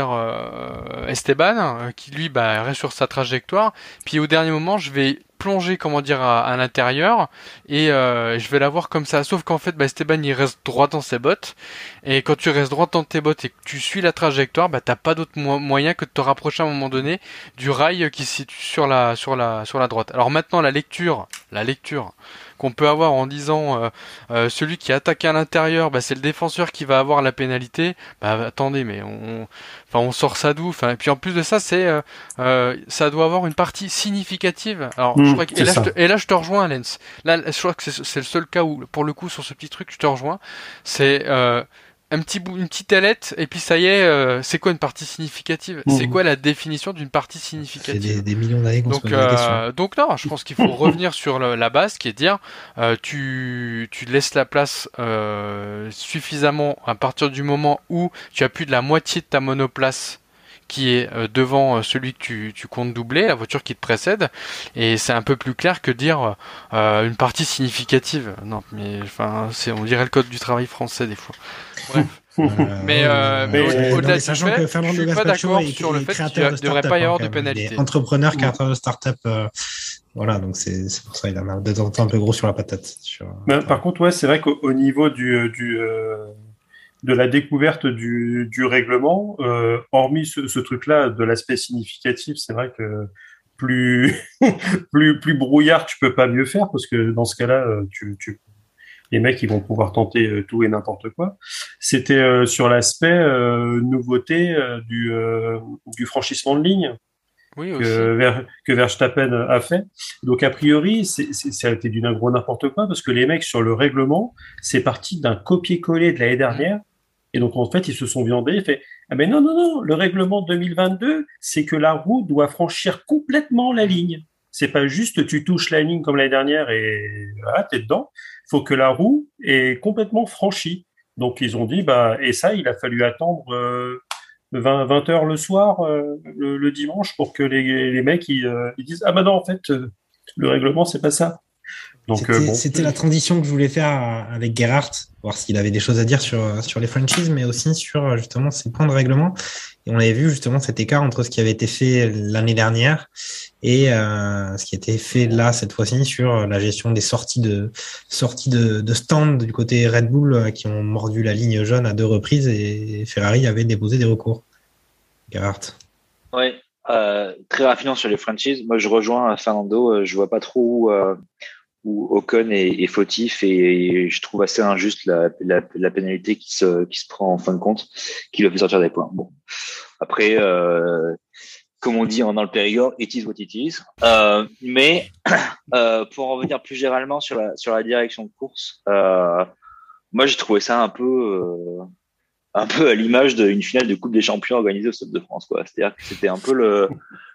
Speaker 7: Esteban, qui lui reste sur sa trajectoire. Puis au dernier moment, je vais plonger, à l'intérieur, et je vais l'avoir comme ça. Sauf qu'en fait, Esteban, il reste droit dans ses bottes. Et quand tu restes droit dans tes bottes et que tu suis la trajectoire, t'as pas d'autre moyen que de te rapprocher à un moment donné du rail qui se situe sur la droite. Alors maintenant, la lecture qu'on peut avoir en disant celui qui attaque à l'intérieur, c'est le défenseur qui va avoir la pénalité. Attendez, mais on sort ça d'où? Et puis en plus de ça, ça doit avoir une partie significative. Alors je crois que, là je te rejoins, Lens. Là je crois que c'est le seul cas où, pour le coup, sur ce petit truc, je te rejoins. C'est une petite ailette, et puis ça y est, c'est quoi une partie significative? C'est quoi la définition d'une partie significative?
Speaker 6: C'est des millions d'années qu'on se pose la question.
Speaker 7: Donc non, je pense qu'il faut revenir sur la base, qui est de dire tu laisses la place suffisamment à partir du moment où tu as plus de la moitié de ta monoplace qui est devant celui que tu comptes doubler, la voiture qui te précède, et c'est un peu plus clair que dire une partie significative. Non, mais enfin, on dirait le code du travail français des fois. Bref. Mais au-delà de ça,
Speaker 6: sachant que Fernando
Speaker 7: je suis pas
Speaker 6: Gaspacho
Speaker 7: d'accord
Speaker 6: est
Speaker 7: sur le fait qu'il
Speaker 6: créateur
Speaker 7: ne
Speaker 6: de
Speaker 7: devrait
Speaker 6: start-up,
Speaker 7: pas y avoir de
Speaker 6: quand même. Il est
Speaker 7: pénalité.
Speaker 6: entrepreneur, créateur de start-up. Voilà, donc c'est pour ça il a de temps en temps un peu gros sur la patate.
Speaker 9: Par contre, ouais, c'est vrai qu'au niveau de la découverte du règlement, hormis ce truc-là, de l'aspect significatif, c'est vrai que plus plus brouillard, tu peux pas mieux faire, parce que dans ce cas-là, les mecs ils vont pouvoir tenter tout et n'importe quoi. C'était sur l'aspect nouveauté du franchissement de ligne.
Speaker 7: Oui,
Speaker 9: Que Verstappen a fait. Donc, a priori, ça a été du gros n'importe quoi, parce que les mecs, sur le règlement, c'est parti d'un copier-coller de l'année dernière. Et donc, en fait, ils se sont viandés et fait, ah ben non, le règlement 2022, c'est que la roue doit franchir complètement la ligne. C'est pas juste tu touches la ligne comme l'année dernière et voilà, t'es dedans. Faut que la roue est complètement franchie. Donc, ils ont dit, et ça, il a fallu attendre 20 heures le soir, le dimanche, pour que les mecs ils disent ah non, en fait le règlement c'est pas ça. Donc
Speaker 6: c'était la transition que je voulais faire avec Gerhardt, voir s'il avait des choses à dire sur les franchises, mais aussi sur justement ces points de règlement. Et on avait vu justement cet écart entre ce qui avait été fait l'année dernière et ce qui a été fait là cette fois-ci sur la gestion des sorties de stand du côté Red Bull qui ont mordu la ligne jaune à 2 reprises, et Ferrari avait déposé des recours. Gerhardt.
Speaker 10: Ouais, très rapidement sur les franchises. Moi, je rejoins Fernando. Je vois pas trop où Ocon est fautif, et je trouve assez injuste la pénalité qui se prend en fin de compte, qui le fait sortir des points. Bon, après, comme on dit dans le Périgord, it is what it is. Mais pour en revenir plus généralement sur la direction de course, moi j'ai trouvé ça un peu à l'image d'une finale de Coupe des Champions organisée au Stade de France, quoi. C'est-à-dire que c'était un peu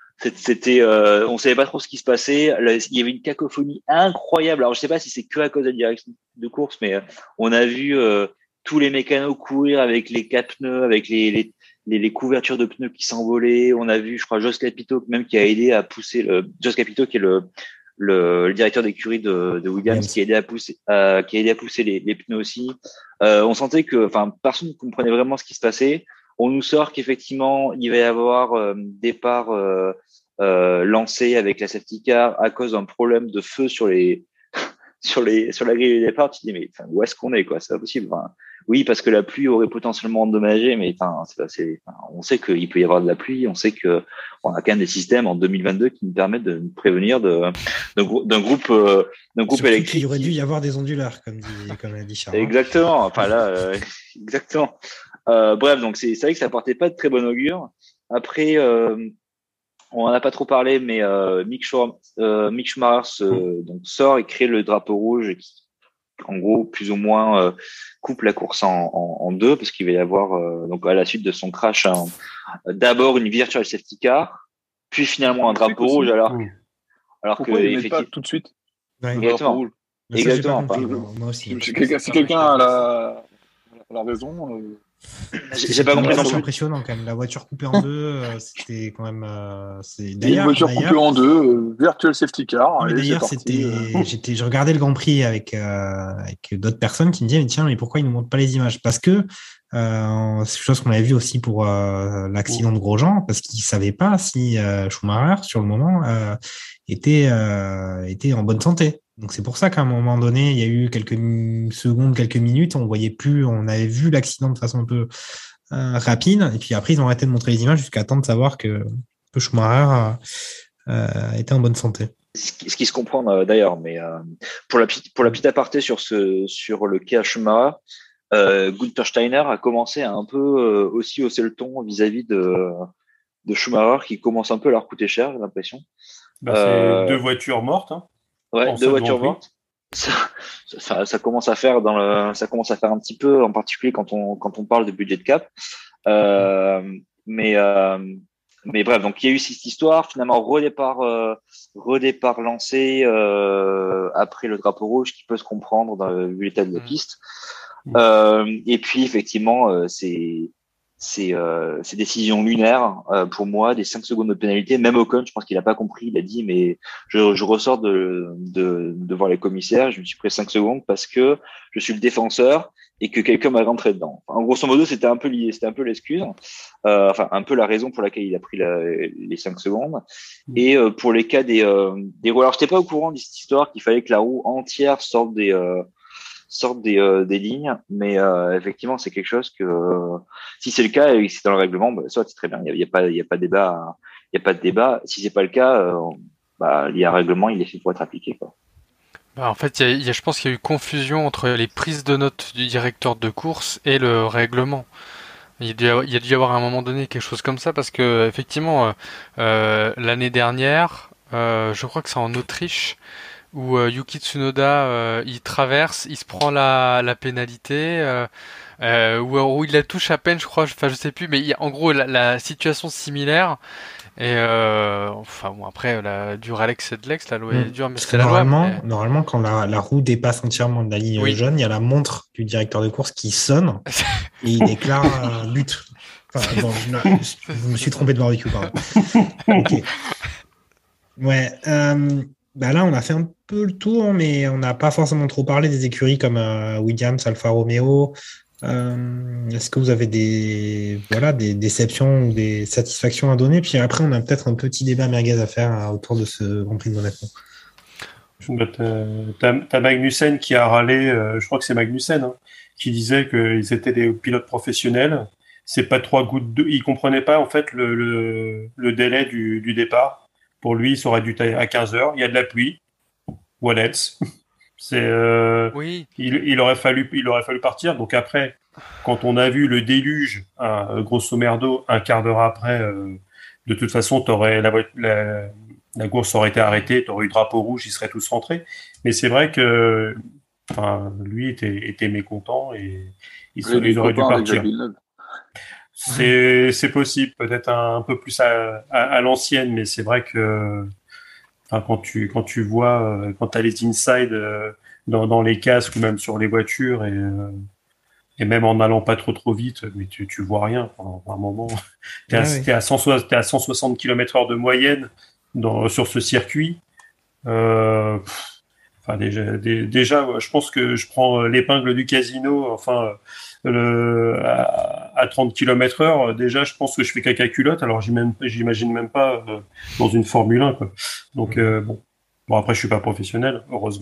Speaker 10: on savait pas trop ce qui se passait. Il y avait une cacophonie incroyable. Alors je sais pas si c'est que à cause de la direction de course, mais on a vu tous les mécanos courir avec les quatre pneus, avec les couvertures de pneus qui s'envolaient. On a vu, je crois, Joss Capito même qui a aidé à pousser Joss Capito qui est le directeur d'écurie de Williams, qui a aidé à pousser les pneus aussi. On sentait que, personne ne comprenait vraiment ce qui se passait. On nous sort qu'effectivement, il va y avoir départ lancé avec la safety car à cause d'un problème de feu sur la grille de départ. Tu te dis, mais où est-ce qu'on est, quoi? C'est pas possible. Oui, parce que la pluie aurait potentiellement endommagé, mais on sait qu'il peut y avoir de la pluie. On sait que on a quand même des systèmes en 2022 qui nous permettent de nous prévenir d'un groupe électrique.
Speaker 6: Il aurait dû y avoir des onduleurs, comme a dit Charles.
Speaker 10: Exactement. Exactement. Bref, donc c'est vrai que ça portait pas de très bon augure. Après, on en a pas trop parlé, mais Mick Schumacher donc sort et crée le drapeau rouge qui, en gros, plus ou moins coupe la course en deux, parce qu'il va y avoir donc à la suite de son crash d'abord une virtual safety car, puis finalement un drapeau rouge, alors
Speaker 8: que effectivement pas tout de suite.
Speaker 10: Ouais. Exactement.
Speaker 6: Moi aussi.
Speaker 8: Si quelqu'un a la raison.
Speaker 10: J'ai pas compris.
Speaker 6: C'est impressionnant quand même. La voiture coupée en deux, c'était quand même.
Speaker 8: Une voiture coupée en deux, virtual safety car.
Speaker 6: D'ailleurs, je regardais le Grand Prix avec d'autres personnes qui me disaient, mais tiens, mais pourquoi ils nous montrent pas les images? Parce que c'est une chose qu'on avait vu aussi pour l'accident de Grosjean, parce qu'ils savaient pas si Schumacher sur le moment était en bonne santé. Donc c'est pour ça qu'à un moment donné, il y a eu quelques secondes, quelques minutes, on voyait plus, on avait vu l'accident de façon un peu rapide, et puis après ils ont arrêté de montrer les images jusqu'à temps de savoir que Schumacher était en bonne santé.
Speaker 10: Ce qui se comprend d'ailleurs, mais pour la petite aparté sur le cas Schumacher, Gunther Steiner a commencé à un peu aussi hausser le ton vis-à-vis de Schumacher, qui commence un peu à leur coûter cher, j'ai l'impression.
Speaker 9: C'est 2 voitures mortes. Hein.
Speaker 10: Ouais, 2 voitures mortes. Ça commence à faire ça commence à faire un petit peu, en particulier quand on parle de budget de cap. Mais bref, donc il y a eu cette histoire, finalement redépart lancé après le drapeau rouge, qui peut se comprendre vu l'état de la piste. Et puis effectivement, ces décisions lunaires pour moi, des 5 secondes de pénalité. Même Ocon, je pense qu'il a pas compris. Il a dit mais je ressors de voir les commissaires. Je me suis pris 5 secondes parce que je suis le défenseur et que quelqu'un m'a rentré dedans. Enfin, en grosso modo, c'était un peu l'excuse, un peu la raison pour laquelle il a pris les 5 secondes. Et pour les cas des roues, alors j'étais pas au courant de cette histoire qu'il fallait que la roue entière sorte des lignes, mais effectivement c'est quelque chose que si c'est le cas et que c'est dans le règlement, soit c'est très bien, il y a pas de débat, si c'est pas le cas, il y a un règlement, il est fait pour être appliqué, quoi.
Speaker 7: En fait, je pense qu'il y a eu confusion entre les prises de notes du directeur de course et le règlement. Il y a dû y avoir à un moment donné quelque chose comme ça parce que effectivement l'année dernière, je crois que c'est en Autriche, où Yuki Tsunoda il traverse, il se prend la pénalité, où il la touche à peine, je crois, je sais plus, mais en gros la situation similaire. Et après dur Alex et de Lex, la loi est dure, mais
Speaker 6: Parce que
Speaker 7: c'est la loi.
Speaker 6: Normalement, quand la roue dépasse entièrement de la ligne jaune, il y a la montre du directeur de course qui sonne et il déclare un but. Enfin, bon, je me suis trompé de barbecue, pardon. Ok. Ouais. Là, on a fait un peu le tour, mais on n'a pas forcément trop parlé des écuries comme Williams, Alfa Romeo. Est-ce que vous avez des déceptions ou des satisfactions à donner? Puis après, on a peut-être un petit débat merguez à faire autour de ce Grand Prix de Monaco.
Speaker 9: T'as Magnussen qui a râlé, je crois que c'est Magnussen, qui disait qu'ils étaient des pilotes professionnels. C'est pas 3 gouttes d'eau. Il comprenait pas en fait le délai du départ. Pour lui, ça aurait dû être à 15 heures. Il y a de la pluie. What else?
Speaker 7: Oui.
Speaker 9: Il aurait fallu partir. Donc après, quand on a vu le déluge, grosso merdo, un quart d'heure après, de toute façon, la course aurait été arrêtée, t'aurais eu drapeau rouge, ils seraient tous rentrés. Mais c'est vrai que, lui était mécontent et il aurait dû partir. C'est possible, peut-être un peu plus à l'ancienne, mais c'est vrai que quand tu vois, quand t'as les inside dans les casques ou même sur les voitures et même en allant pas trop vite, mais tu vois rien pendant un moment. T'es à 160 km/h de moyenne sur ce circuit. Déjà, je pense que je prends l'épingle du casino. À 30 km/h, déjà, je pense que je fais caca culotte. Alors, j'imagine même pas dans une Formule 1, quoi. Donc, bon, après, je suis pas professionnel, heureusement.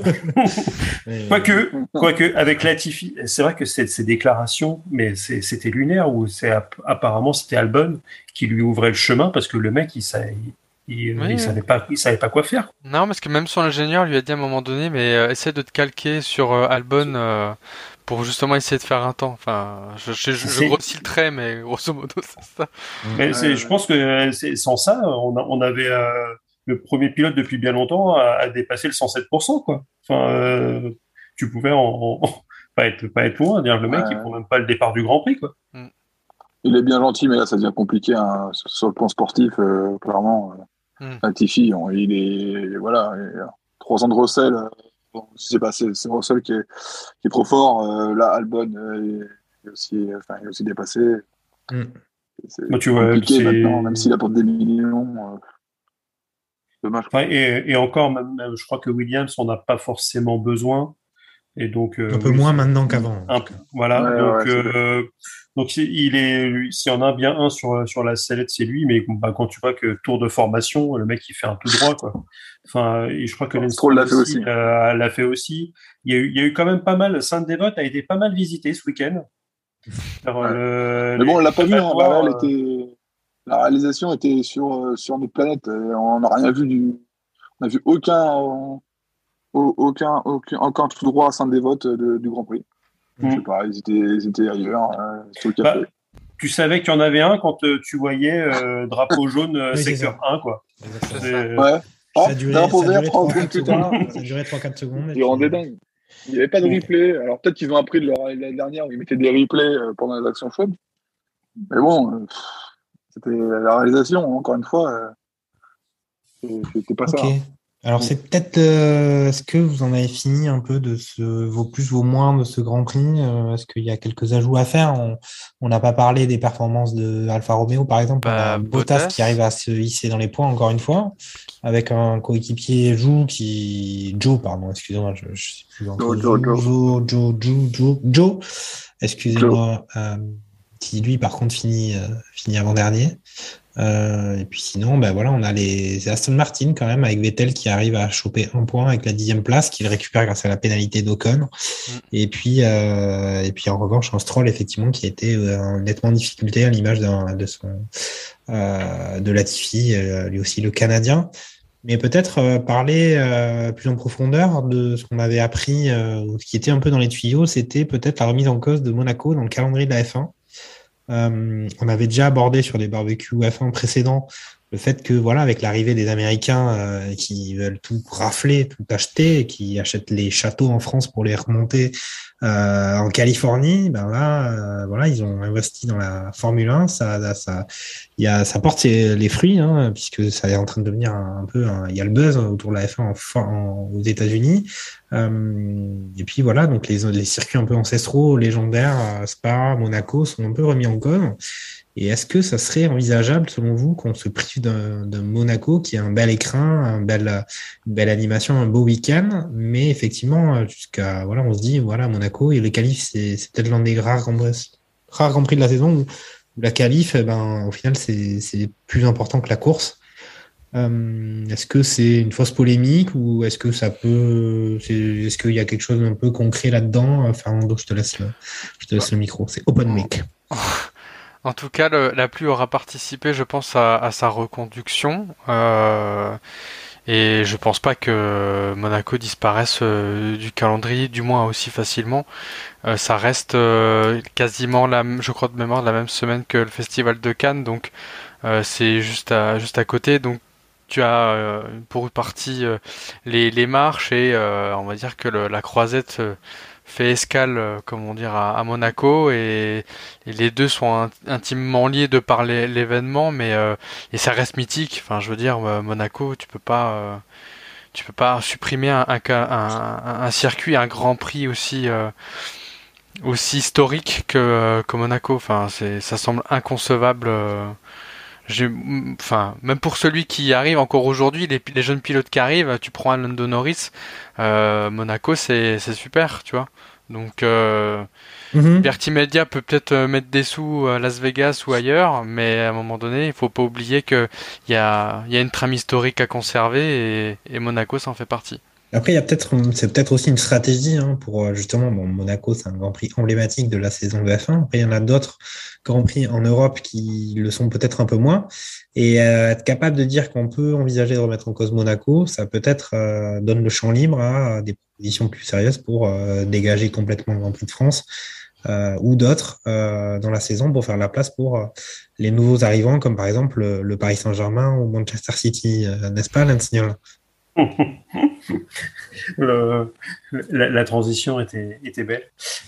Speaker 9: Quoique, avec Latifi, c'est vrai que ces déclarations, mais c'était lunaire, ou apparemment, c'était Albon qui lui ouvrait le chemin parce que le mec, il savait pas quoi faire.
Speaker 7: Non, parce que même son ingénieur lui a dit à un moment donné, mais essaie de te calquer sur Albon pour justement essayer de faire un temps. Enfin, je grossis le trait, mais grosso modo, c'est ça.
Speaker 9: Mais je pense que sans ça, on avait le premier pilote depuis bien longtemps à dépasser le 107%, quoi. Enfin, tu pouvais pas être loin. Dire le mec, il prend même pas le départ du Grand Prix, quoi.
Speaker 8: Il est bien gentil, mais là, ça devient compliqué sur le plan sportif, clairement. Latifi, il est 3 ans de Russell. C'est Russell qui est trop fort. Là, Albon est aussi dépassé. C'est compliqué maintenant, même s'il apporte des millions. Dommage.
Speaker 9: Et encore, même, je crois que Williams, on n'a pas forcément besoin. Et donc,
Speaker 6: un peu moins maintenant qu'avant.
Speaker 9: Voilà. Donc s'il y en a bien un sur la sellette, c'est lui. Mais quand tu vois que tour de formation, le mec il fait un tout droit, quoi. Enfin, et je crois que
Speaker 8: Stroll l'a
Speaker 9: fait aussi. Il y a eu quand même pas mal. Sainte-Dévote a été pas mal visité ce week-end.
Speaker 8: Mais bon, on l'a pas vu. La réalisation était sur notre planète. On n'a rien vu on n'a vu aucun tout droit à Sainte-Dévote du Grand Prix. Je sais pas, ils étaient ailleurs, sur le café.
Speaker 9: Tu savais qu'il y en avait un quand tu voyais drapeau jaune secteur 1, quoi.
Speaker 6: Ça durait 3-4 secondes.
Speaker 8: Ils rendaient dingue. Il n'y avait pas de replay. Alors peut-être qu'ils ont appris de l'année dernière où ils mettaient des replays pendant les actions chaudes. Mais bon, c'était la réalisation, encore une fois. C'était pas ça.
Speaker 6: Alors, c'est peut-être. Est-ce que vous en avez fini un peu de vos plus, vos moins de ce Grand Prix? Est-ce qu'il y a quelques ajouts à faire? On n'a pas parlé des performances de Alfa Romeo, par exemple. On a Bottas qui arrive à se hisser dans les points encore une fois, avec un coéquipier Joe, pardon, excusez-moi, je sais plus entre Joe, excusez-moi, qui lui, par contre, finit avant-dernier. Et puis sinon, ben voilà, on a les Aston Martin quand même, avec Vettel qui arrive à choper un point avec la 10e place, qu'il récupère grâce à la pénalité d'Ocon. Et puis en revanche, un Stroll effectivement qui était nettement en difficulté à l'image de Latifi, lui aussi le Canadien. Mais peut-être parler plus en profondeur de ce qu'on avait appris, ce qui était un peu dans les tuyaux, c'était peut-être la remise en cause de Monaco dans le calendrier de la F1. On avait déjà abordé sur des barbecues F1 précédents le fait que voilà, avec l'arrivée des Américains qui veulent tout rafler, tout acheter, et qui achètent les châteaux en France pour les remonter en Californie, ben là, voilà, ils ont investi dans la Formule 1. Ça porte les fruits, hein, puisque ça est en train de devenir il y a le buzz autour de la F1 aux États-Unis. Et puis voilà, donc les circuits un peu ancestraux, légendaires, Spa, Monaco, sont un peu remis en cause. Et est-ce que ça serait envisageable, selon vous, qu'on se prive de Monaco, qui a un bel écrin, une belle animation, un beau week-end, mais effectivement, voilà, on se dit, voilà, Monaco et les qualifs, c'est peut-être l'un des rares Grands Prix de la saison où la qualif, au final, c'est plus important que la course. Est-ce que c'est une fausse polémique ou est-ce que est-ce qu'il y a quelque chose d'un peu concret là-dedans? Fernando, je te laisse le micro. C'est open mic.
Speaker 7: En tout cas, la pluie aura participé, je pense, à sa reconduction. Et je pense pas que Monaco disparaisse du calendrier, du moins aussi facilement. Ça reste quasiment, je crois de mémoire, la même semaine que le Festival de Cannes, donc c'est juste à côté. Donc tu as pour une partie les marches et on va dire que la croisette fait escale, comment dire, à Monaco et les deux sont intimement liés de par l'événement, mais et ça reste mythique. Enfin, je veux dire, Monaco, tu peux pas supprimer un circuit, un Grand Prix aussi historique que Monaco. Enfin, ça semble inconcevable. Même pour celui qui arrive encore aujourd'hui, les jeunes pilotes qui arrivent, tu prends un Lando Norris, Monaco c'est super, tu vois. Donc Liberty Media peut peut-être mettre des sous à Las Vegas ou ailleurs, mais à un moment donné, il faut pas oublier que il y a une trame historique à conserver et Monaco ça en fait partie.
Speaker 6: Après, c'est peut-être aussi une stratégie pour justement, Monaco, c'est un Grand Prix emblématique de la saison de F1. Après, il y en a d'autres Grands Prix en Europe qui le sont peut-être un peu moins. Et être capable de dire qu'on peut envisager de remettre en cause Monaco, ça peut-être donne le champ libre à des propositions plus sérieuses pour dégager complètement le Grand Prix de France ou d'autres dans la saison pour faire la place pour les nouveaux arrivants, comme par exemple le Paris Saint-Germain ou Manchester City, n'est-ce pas, Lance Stroll?
Speaker 9: La transition était belle.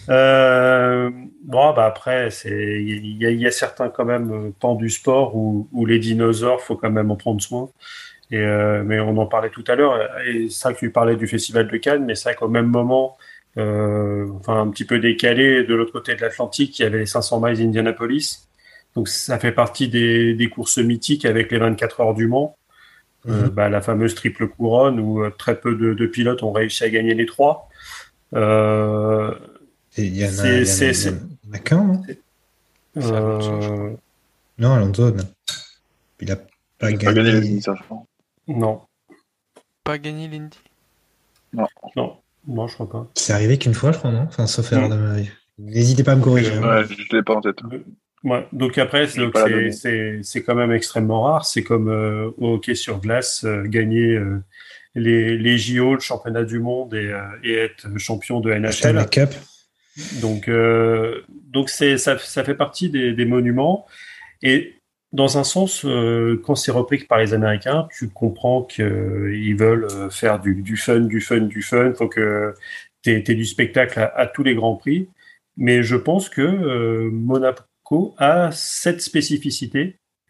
Speaker 9: Après, il y a certains quand même pans du sport où les dinosaures, faut quand même en prendre soin. Mais on en parlait tout à l'heure. Et c'est vrai que tu parlais du Festival de Cannes, mais c'est vrai qu'au même moment, un petit peu décalé de l'autre côté de l'Atlantique, il y avait les 500 miles d'Indianapolis. Donc ça fait partie des courses mythiques avec les 24 heures du Mans. La fameuse triple couronne où très peu de pilotes ont réussi à gagner les trois.
Speaker 6: Il y en a qu'un, non? Non, Alonso. Il a pas gagné
Speaker 8: l'Indy, ça, je crois.
Speaker 9: Non.
Speaker 7: Pas gagné l'Indy?
Speaker 9: Non, je crois pas.
Speaker 6: C'est arrivé qu'une fois, je crois, non? Enfin, sauf erreur de ma vie. N'hésitez pas à me corriger.
Speaker 8: Ouais, je l'ai pas en tête.
Speaker 9: Ouais, donc après, c'est quand même extrêmement rare. C'est comme au hockey sur glace, gagner les JO, le championnat du monde et être champion de NHL.
Speaker 6: La Cup.
Speaker 9: Donc ça fait partie des monuments. Et dans un sens, quand c'est repris par les Américains, tu comprends qu'ils veulent faire du fun. Faut que t'aies du spectacle à tous les grands prix. Mais je pense que Monaco a cette spécificité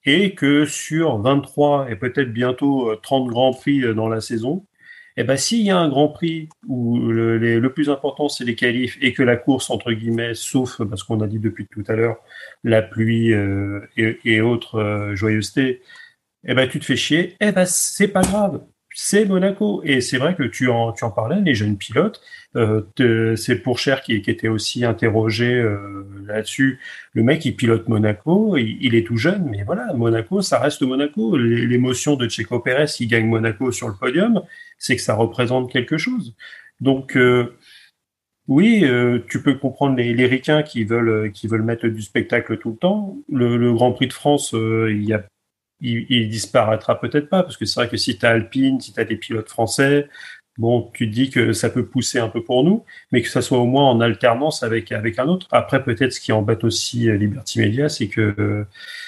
Speaker 9: et que sur 23 et peut-être bientôt 30 Grands Prix dans la saison, eh ben, s'il y a un Grand Prix où le plus important c'est les qualifs et que la course entre guillemets, sauf parce qu'on a dit depuis tout à l'heure la pluie et autres joyeusetés, eh ben tu te fais chier, eh ben c'est pas grave, c'est Monaco. Et c'est vrai que tu en parlais, les jeunes pilotes, c'est Pourchaire qui était aussi interrogé là-dessus. Le mec il pilote Monaco, il est tout jeune, mais voilà, Monaco ça reste Monaco. L'émotion de Checo Pérez qui gagne Monaco sur le podium, c'est que ça représente quelque chose. Donc oui, tu peux comprendre les ricains qui veulent mettre du spectacle tout le temps. Le Grand Prix de France, il disparaîtra peut-être pas, parce que c'est vrai que si tu as Alpine, si tu as des pilotes français, bon, tu te dis que ça peut pousser un peu pour nous, mais que ça soit au moins en alternance avec un autre. Après, peut-être ce qui embête aussi Liberty Media, c'est que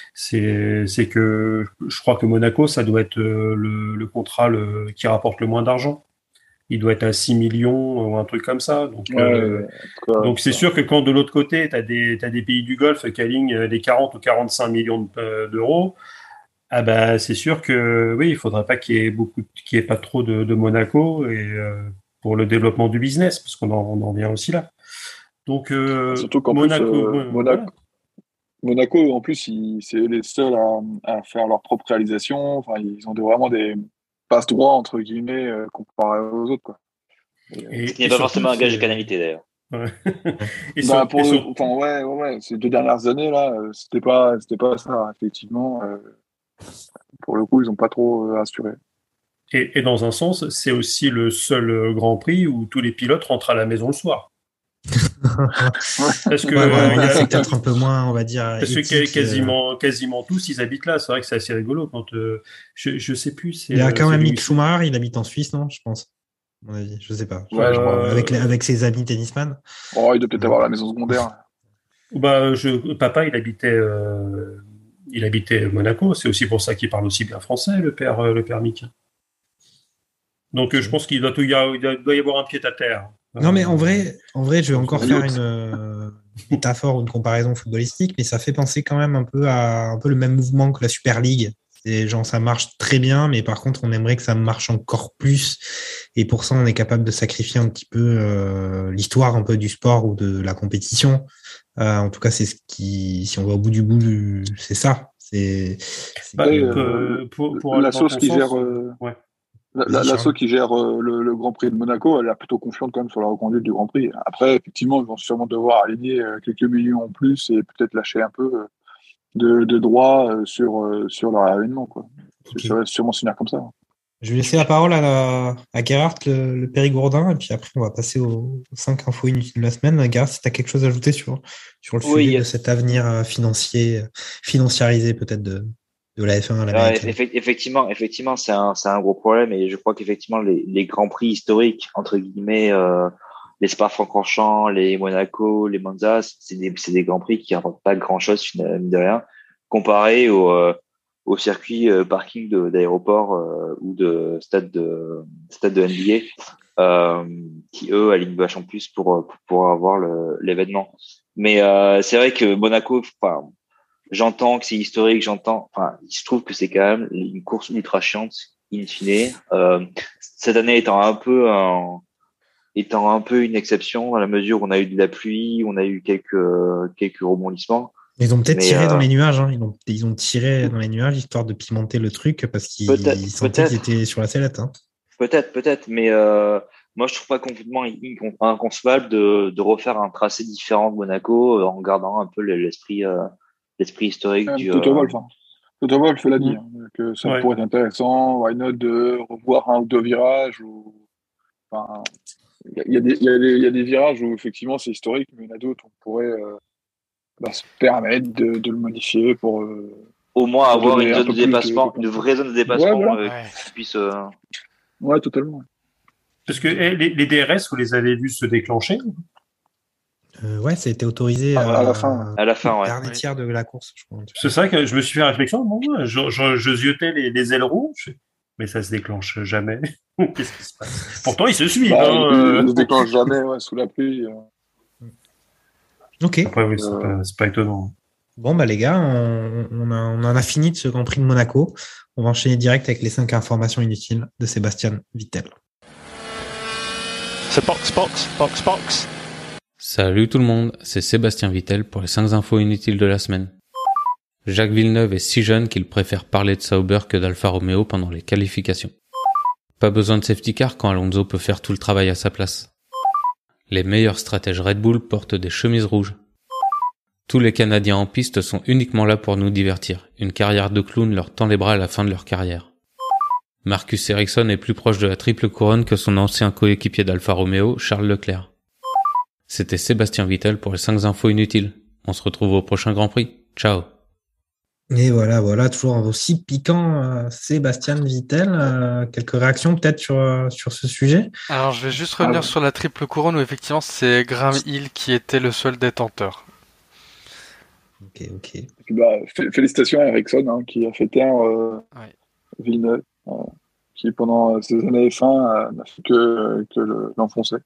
Speaker 9: je crois que Monaco, ça doit être le contrat qui rapporte le moins d'argent. Il doit être à 6 millions ou un truc comme ça. Donc c'est sûr que quand de l'autre côté, tu as des pays du Golfe qui alignent des 40 ou 45 millions d'euros, ah bah c'est sûr que oui, il faudrait pas qu'il y ait pas trop de Monaco et pour le développement du business, parce qu'on en vient aussi là. Donc
Speaker 8: surtout qu'en Monaco, en plus, c'est les seuls à faire leur propre réalisation. Enfin, ils ont vraiment des passe droit entre guillemets comparé aux autres, quoi.
Speaker 10: Ce qui n'est pas forcément un gage de canalité d'ailleurs.
Speaker 9: Ouais.
Speaker 8: Ces 2 dernières années là, c'était pas ça effectivement. Pour le coup, ils ont pas trop assuré.
Speaker 9: Et dans un sens, c'est aussi le seul Grand Prix où tous les pilotes rentrent à la maison le soir.
Speaker 6: Parce que c'est peut-être un peu moins, on va dire.
Speaker 9: Parce que quasiment tous, ils habitent là. C'est vrai que c'est assez rigolo quand je sais plus.
Speaker 6: Il y a quand même Mick Schumacher, il habite en Suisse, non? Je pense. À mon avis, je sais pas. Avec ses amis tennisman.
Speaker 8: Oh, il doit peut-être avoir la maison secondaire.
Speaker 9: Papa, il habitait Monaco. C'est aussi pour ça qu'il parle aussi bien français, le père Mick. Donc je pense qu'il doit y avoir un pied à terre.
Speaker 6: Non, mais en vrai, je vais encore faire une métaphore ou une comparaison footballistique, mais ça fait penser quand même un peu le même mouvement que la Super League. C'est genre, ça marche très bien, mais par contre, on aimerait que ça marche encore plus. Et pour ça, on est capable de sacrifier un petit peu l'histoire un peu du sport ou de la compétition. En tout cas, c'est ce qui, si on va au bout du bout, c'est ça.
Speaker 8: Pour la sauce qui gère. L'asso qui gère le Grand Prix de Monaco, elle est plutôt confiante quand même sur la reconduite du Grand Prix. Après, effectivement, ils vont sûrement devoir aligner quelques millions en plus et peut-être lâcher un peu de droits sur leur événement, quoi. Okay. Ça va sûrement se finir comme ça.
Speaker 6: Je vais laisser la parole à Gerhard, le Périgourdin, et puis après, on va passer aux 5 infos inutiles de la semaine. Gerhard, si tu as quelque chose à ajouter sur le sujet de cet avenir financiarisé peut-être de la F1 à la
Speaker 10: effectivement, c'est un gros problème, et je crois qu'effectivement les grands prix historiques entre guillemets, les Spa-Francorchamps, les Monaco, les Monza, c'est des grands prix qui rapportent pas grand chose finalement de rien comparé au circuit parking d'aéroport ou de stade de NBA qui eux alignent vachement plus pour avoir l'événement. Mais c'est vrai que Monaco, enfin, j'entends que c'est historique, il se trouve que c'est quand même une course ultra chiante, in fine. Cette année étant un peu une exception dans la mesure où on a eu de la pluie, on a eu quelques rebondissements.
Speaker 6: Ils ont peut-être tiré dans les nuages, hein. Ils ont tiré dans les nuages histoire de pimenter le truc parce qu'ils sentaient qu'ils étaient sur la sellette, hein.
Speaker 10: Peut-être, mais moi je trouve pas complètement inconcevable de refaire un tracé différent de Monaco en gardant un peu l'esprit historique du.
Speaker 8: Toto Wolff l'a dit, que ça pourrait être intéressant. Why not de revoir un ou 2 virages enfin, il y a des virages où effectivement c'est historique, mais il y en a d'autres où on pourrait se permettre de le modifier pour
Speaker 10: au moins avoir une zone de dépassement, une vraie zone de dépassement qui puisse.
Speaker 8: Ouais, totalement.
Speaker 9: Parce que les DRS, vous les avez vus se déclencher?
Speaker 6: Ouais, ça a été autorisé
Speaker 8: à la fin.
Speaker 10: À la fin, ouais.
Speaker 6: Dernier tiers de la course, je crois.
Speaker 9: C'est vrai que je me suis fait réflexion. Bon, je ziotais les ailerons, mais ça se déclenche jamais. Qu'est-ce qui se passe? Pourtant, ils se suivent.
Speaker 8: Ils se déclenchent jamais sous la pluie.
Speaker 6: Ok.
Speaker 9: Après, oui, c'est pas étonnant.
Speaker 6: Bon, bah les gars, on en a fini de ce Grand Prix de Monaco. On va enchaîner direct avec les 5 informations inutiles de Sébastien Vettel.
Speaker 4: So box.
Speaker 11: Salut tout le monde, c'est Sébastien Vettel pour les 5 infos inutiles de la semaine. Jacques Villeneuve est si jeune qu'il préfère parler de Sauber que d'Alfa Romeo pendant les qualifications. Pas besoin de safety car quand Alonso peut faire tout le travail à sa place. Les meilleurs stratèges Red Bull portent des chemises rouges. Tous les Canadiens en piste sont uniquement là pour nous divertir. Une carrière de clown leur tend les bras à la fin de leur carrière. Marcus Ericsson est plus proche de la triple couronne que son ancien coéquipier d'Alfa Romeo, Charles Leclerc. C'était Sébastien Vettel pour les 5 infos inutiles. On se retrouve au prochain Grand Prix. Ciao.
Speaker 6: Et voilà, toujours aussi piquant, Sébastien Vettel. Quelques réactions peut-être sur ce sujet?
Speaker 7: Alors, je vais juste revenir sur la triple couronne où effectivement c'est Graham Hill qui était le seul détenteur.
Speaker 6: Ok.
Speaker 8: Et puis, félicitations à Ericsson qui a fêté Villeneuve, qui pendant ces années F1 n'a fait que l'enfoncer.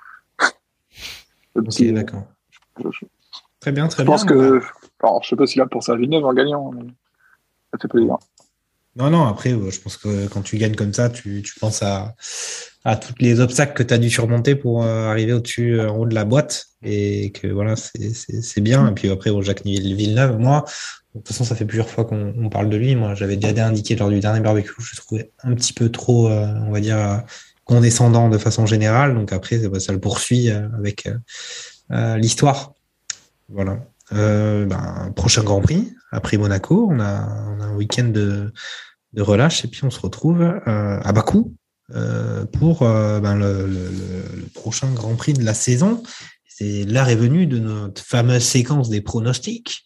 Speaker 6: Ok, d'accord. Très bien.
Speaker 8: Je pense que... Alors, je sais pas s'il a pour ça Villeneuve en gagnant, mais ça fait plaisir.
Speaker 6: Non, après, je pense que quand tu gagnes comme ça, tu penses à tous les obstacles que tu as dû surmonter pour arriver au-dessus, en haut de la boîte. Et que voilà, c'est bien. Et puis après, Jacques Villeneuve, moi, de toute façon, ça fait plusieurs fois qu'on parle de lui. Moi, j'avais déjà indiqué lors du dernier barbecue, je trouvais un petit peu trop, on va dire, condescendant de façon générale. Donc après, ça le poursuit avec l'histoire. Voilà. Prochain Grand Prix, après Monaco, on a un week-end de relâche et puis on se retrouve à Bakou pour le prochain Grand Prix de la saison. C'est l'heure est venue de notre fameuse séquence des pronostics.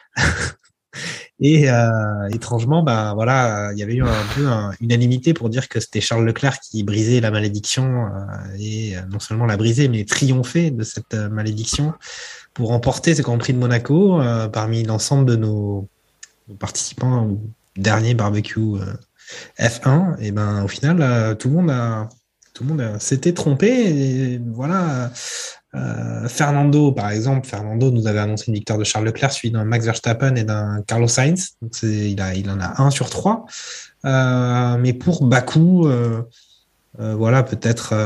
Speaker 6: Et étrangement, il y avait eu un peu une unanimité pour dire que c'était Charles Leclerc qui brisait la malédiction et non seulement la brisait, mais triompher de cette malédiction pour remporter ce Grand Prix de Monaco parmi l'ensemble de nos participants au dernier barbecue F1. Et au final, tout le monde s'était trompé. Et voilà. Fernando, par exemple, nous avait annoncé une victoire de Charles Leclerc, suivi d'un Max Verstappen et d'un Carlos Sainz. Donc il en a 1 sur 3. Mais pour Bakou, peut-être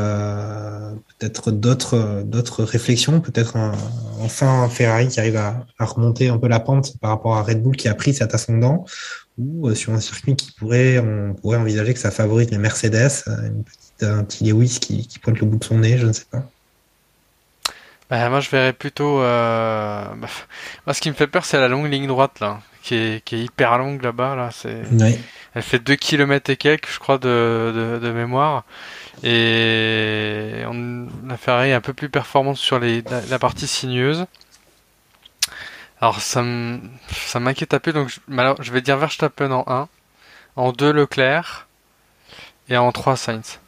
Speaker 6: d'autres réflexions, peut-être enfin Ferrari qui arrive à remonter un peu la pente par rapport à Red Bull qui a pris cet ascendant, ou sur un circuit on pourrait envisager que ça favorise les Mercedes, un petit Lewis qui pointe le bout de son nez, je ne sais pas.
Speaker 7: Moi, je verrais plutôt. Moi, ce qui me fait peur, c'est la longue ligne droite là, qui est hyper longue là-bas. Là,
Speaker 6: Ouais.
Speaker 7: Elle fait 2 km et quelques, je crois, de mémoire. Et la Ferrari est un peu plus performante sur la partie sinueuse. Alors, ça m'inquiète un peu. Donc, je vais dire Verstappen en 1, en 2 Leclerc et en 3 Sainz.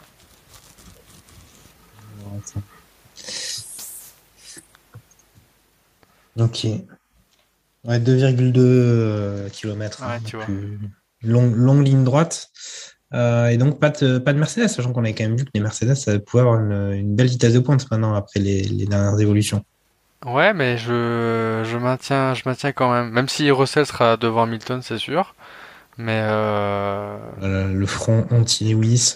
Speaker 6: Ok. Ouais, 2,2 km.
Speaker 7: Ouais, tu vois.
Speaker 6: Longue ligne droite. Et donc, pas de Mercedes, sachant qu'on avait quand même vu que les Mercedes ça pouvaient avoir une belle vitesse de pointe maintenant après les dernières évolutions.
Speaker 7: Ouais, mais je maintiens quand même. Même si Russell sera devant Hamilton, c'est sûr. Mais
Speaker 6: le front anti-Lewis.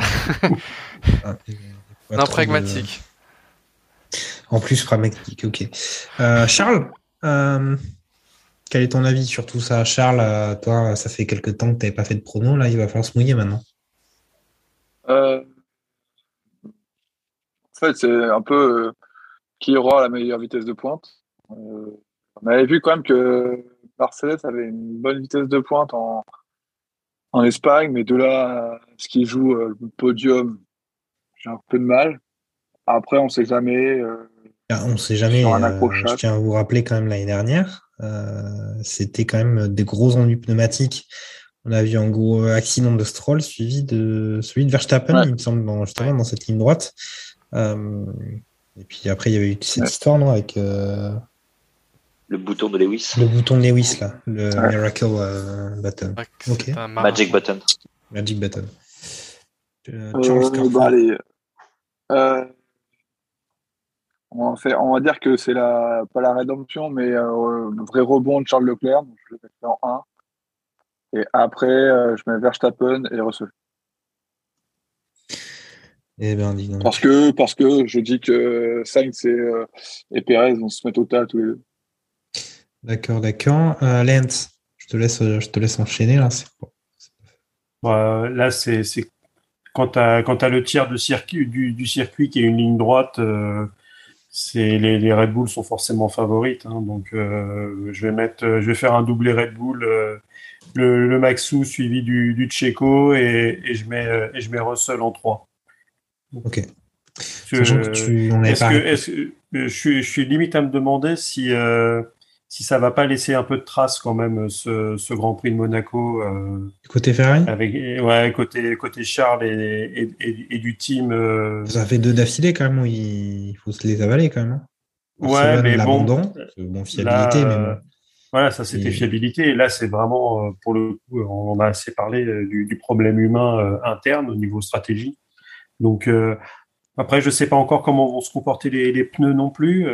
Speaker 7: Non, pragmatique.
Speaker 6: En plus, pragmatique, ok. Charles, quel est ton avis sur tout ça? Charles, toi, ça fait quelques temps que tu n'avais pas fait de prono, là, il va falloir se mouiller maintenant.
Speaker 8: En fait, c'est un peu qui aura la meilleure vitesse de pointe. On avait vu quand même que Mercedes avait une bonne vitesse de pointe en Espagne, mais de là à ce qu'il joue le podium, j'ai un peu de mal. Après, on ne sait jamais.
Speaker 6: On ne sait jamais. Je tiens à vous rappeler quand même l'année dernière, c'était quand même des gros ennuis pneumatiques. On a vu un gros accident de Stroll suivi de celui de Verstappen, il me semble, justement dans cette ligne droite. Et puis après, il y avait eu cette histoire, non, avec
Speaker 10: le bouton de Lewis.
Speaker 6: Le bouton de Lewis, là, le Miracle Button. Ok.
Speaker 10: Magic Button.
Speaker 6: Magic Button.
Speaker 8: Allez. On va dire que c'est pas la rédemption, mais le vrai rebond de Charles Leclerc. Donc je le mets en 1. Et après, je mets Verstappen et Russell.
Speaker 6: Eh bien, dis donc.
Speaker 8: Parce que je dis que Sainz et Perez vont se mettre au tas tous les deux.
Speaker 6: D'accord. Lance, je te laisse enchaîner là.
Speaker 9: Là, c'est quand t'as le tiers de circuit du circuit qui est une ligne droite, c'est les Red Bull sont forcément favorites. Hein, donc je vais faire un doublé Red Bull, le Maxou suivi du Checo et je mets Russell en 3.
Speaker 6: Ok. Sachant que on avait pas.
Speaker 9: Je suis limite à me demander si ça va pas laisser un peu de trace quand même ce Grand Prix de Monaco.
Speaker 6: Côté Ferrari.
Speaker 9: Côté Charles et du team.
Speaker 6: Ça fait 2 d'affilée quand même où il faut se les avaler quand même.
Speaker 9: Ouais, mais
Speaker 6: l'abandon, fiabilité, mais bon.
Speaker 9: Voilà, ça c'était fiabilité. Et là, c'est vraiment pour le coup, on en a assez parlé du problème humain interne au niveau stratégie. Donc après, je sais pas encore comment vont se comporter les pneus non plus.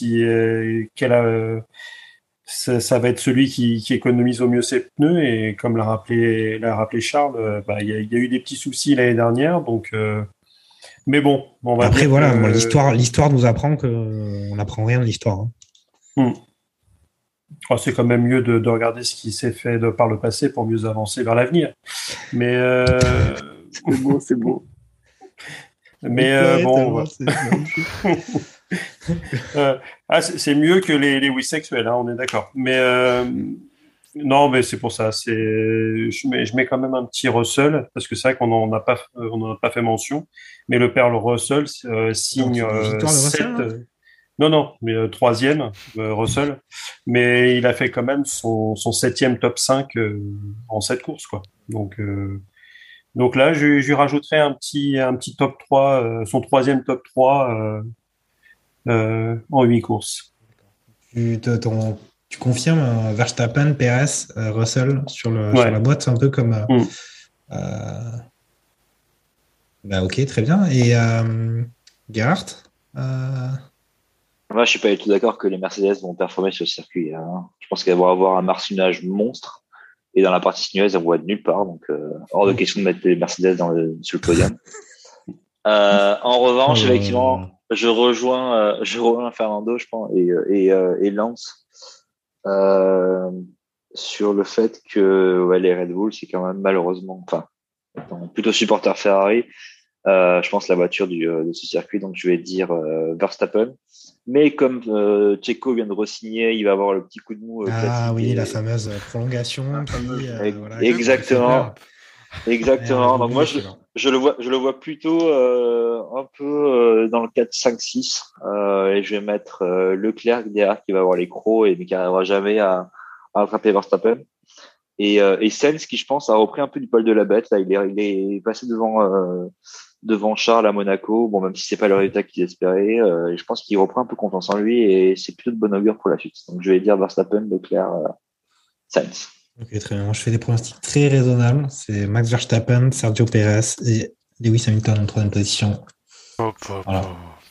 Speaker 9: Ça va être celui qui économise au mieux ses pneus. Et comme l'a rappelé Charles, il y a eu des petits soucis l'année dernière. Donc, mais bon, on va
Speaker 6: après
Speaker 9: dire
Speaker 6: voilà, l'histoire nous apprend qu'on n'apprend rien de l'histoire. Hein.
Speaker 9: C'est quand même mieux de regarder ce qui s'est fait par le passé pour mieux avancer vers l'avenir. Mais
Speaker 8: c'est beau.
Speaker 9: Mais bon, c'est mieux que les bisexuels, hein, on est d'accord. Mais non, mais c'est pour ça. Je mets quand même un petit Russell parce que c'est vrai qu'on n'en a pas fait mention. Mais le père Russell signe 7. Non, mais 3e Russell. Mais il a fait quand même son 7e top 5 en 7 courses, quoi. Donc là, je lui rajouterai un petit top 3, son 3e top 3 en 8 courses.
Speaker 6: Tu confirmes Verstappen, Perez, Russell sur la boîte, c'est un peu comme. Ok, très bien. Et Gerhardt
Speaker 10: Moi, je suis pas du tout d'accord que les Mercedes vont performer sur le circuit. Hein. Je pense qu'elles vont avoir un marcinage monstre. Et dans la partie sinueuse, elles vont être nulle part. Donc, hors de question de mettre les Mercedes sur le podium. En revanche, effectivement, je rejoins Fernando, je pense, et Lance sur le fait que les Red Bull, c'est quand même malheureusement, plutôt supporter Ferrari. Je pense la voiture de ce circuit. Donc, je vais dire Verstappen. Mais comme Checo vient de re-signer, il va avoir le petit coup de mou.
Speaker 6: Oui, la fameuse prolongation.
Speaker 10: Exactement. Donc moi, je le vois plutôt un peu dans le 4-5-6. Et je vais mettre Leclerc derrière qui va avoir les crocs et qui n'arrivera jamais à attraper Verstappen. Et Sainz qui, je pense, a repris un peu du poil de la bête. Là, il est passé devant Charles à Monaco, bon, même si c'est pas le résultat qu'ils espéraient, je pense qu'il reprend un peu confiance en lui et c'est plutôt de bon augure pour la suite. Donc je vais dire Verstappen, Leclerc, Sainz.
Speaker 6: Ok, très bien. Moi, je fais des pronostics très raisonnables. C'est Max Verstappen, Sergio Perez et Lewis Hamilton en 3e position. Voilà.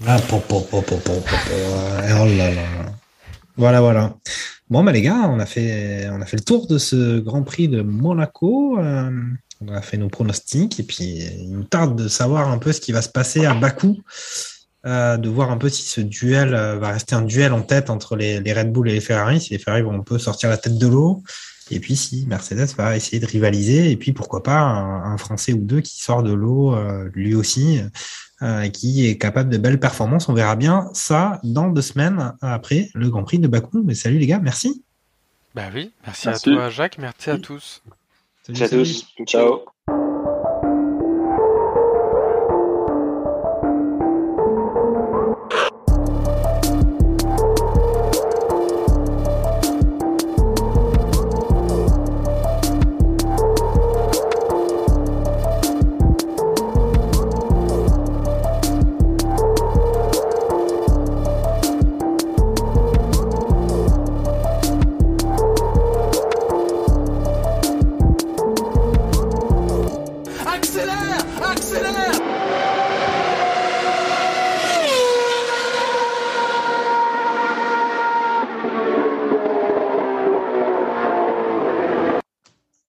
Speaker 6: Oh là là. Voilà. Bon, les gars, on a fait le tour de ce Grand Prix de Monaco. On a fait nos pronostics et puis il nous tarde de savoir un peu ce qui va se passer à Bakou, de voir un peu si ce duel va rester un duel en tête entre les Red Bull et les Ferrari, si les Ferrari vont un peu sortir la tête de l'eau, et puis si Mercedes va essayer de rivaliser, et puis pourquoi pas un Français ou deux qui sort de l'eau lui aussi, qui est capable de belles performances. On verra bien ça dans 2 semaines après le Grand Prix de Bakou. Mais salut les gars, merci.
Speaker 7: Bah oui, merci à toi Jacques, merci à tous.
Speaker 10: Salut à tous. Ciao.
Speaker 3: Accélère!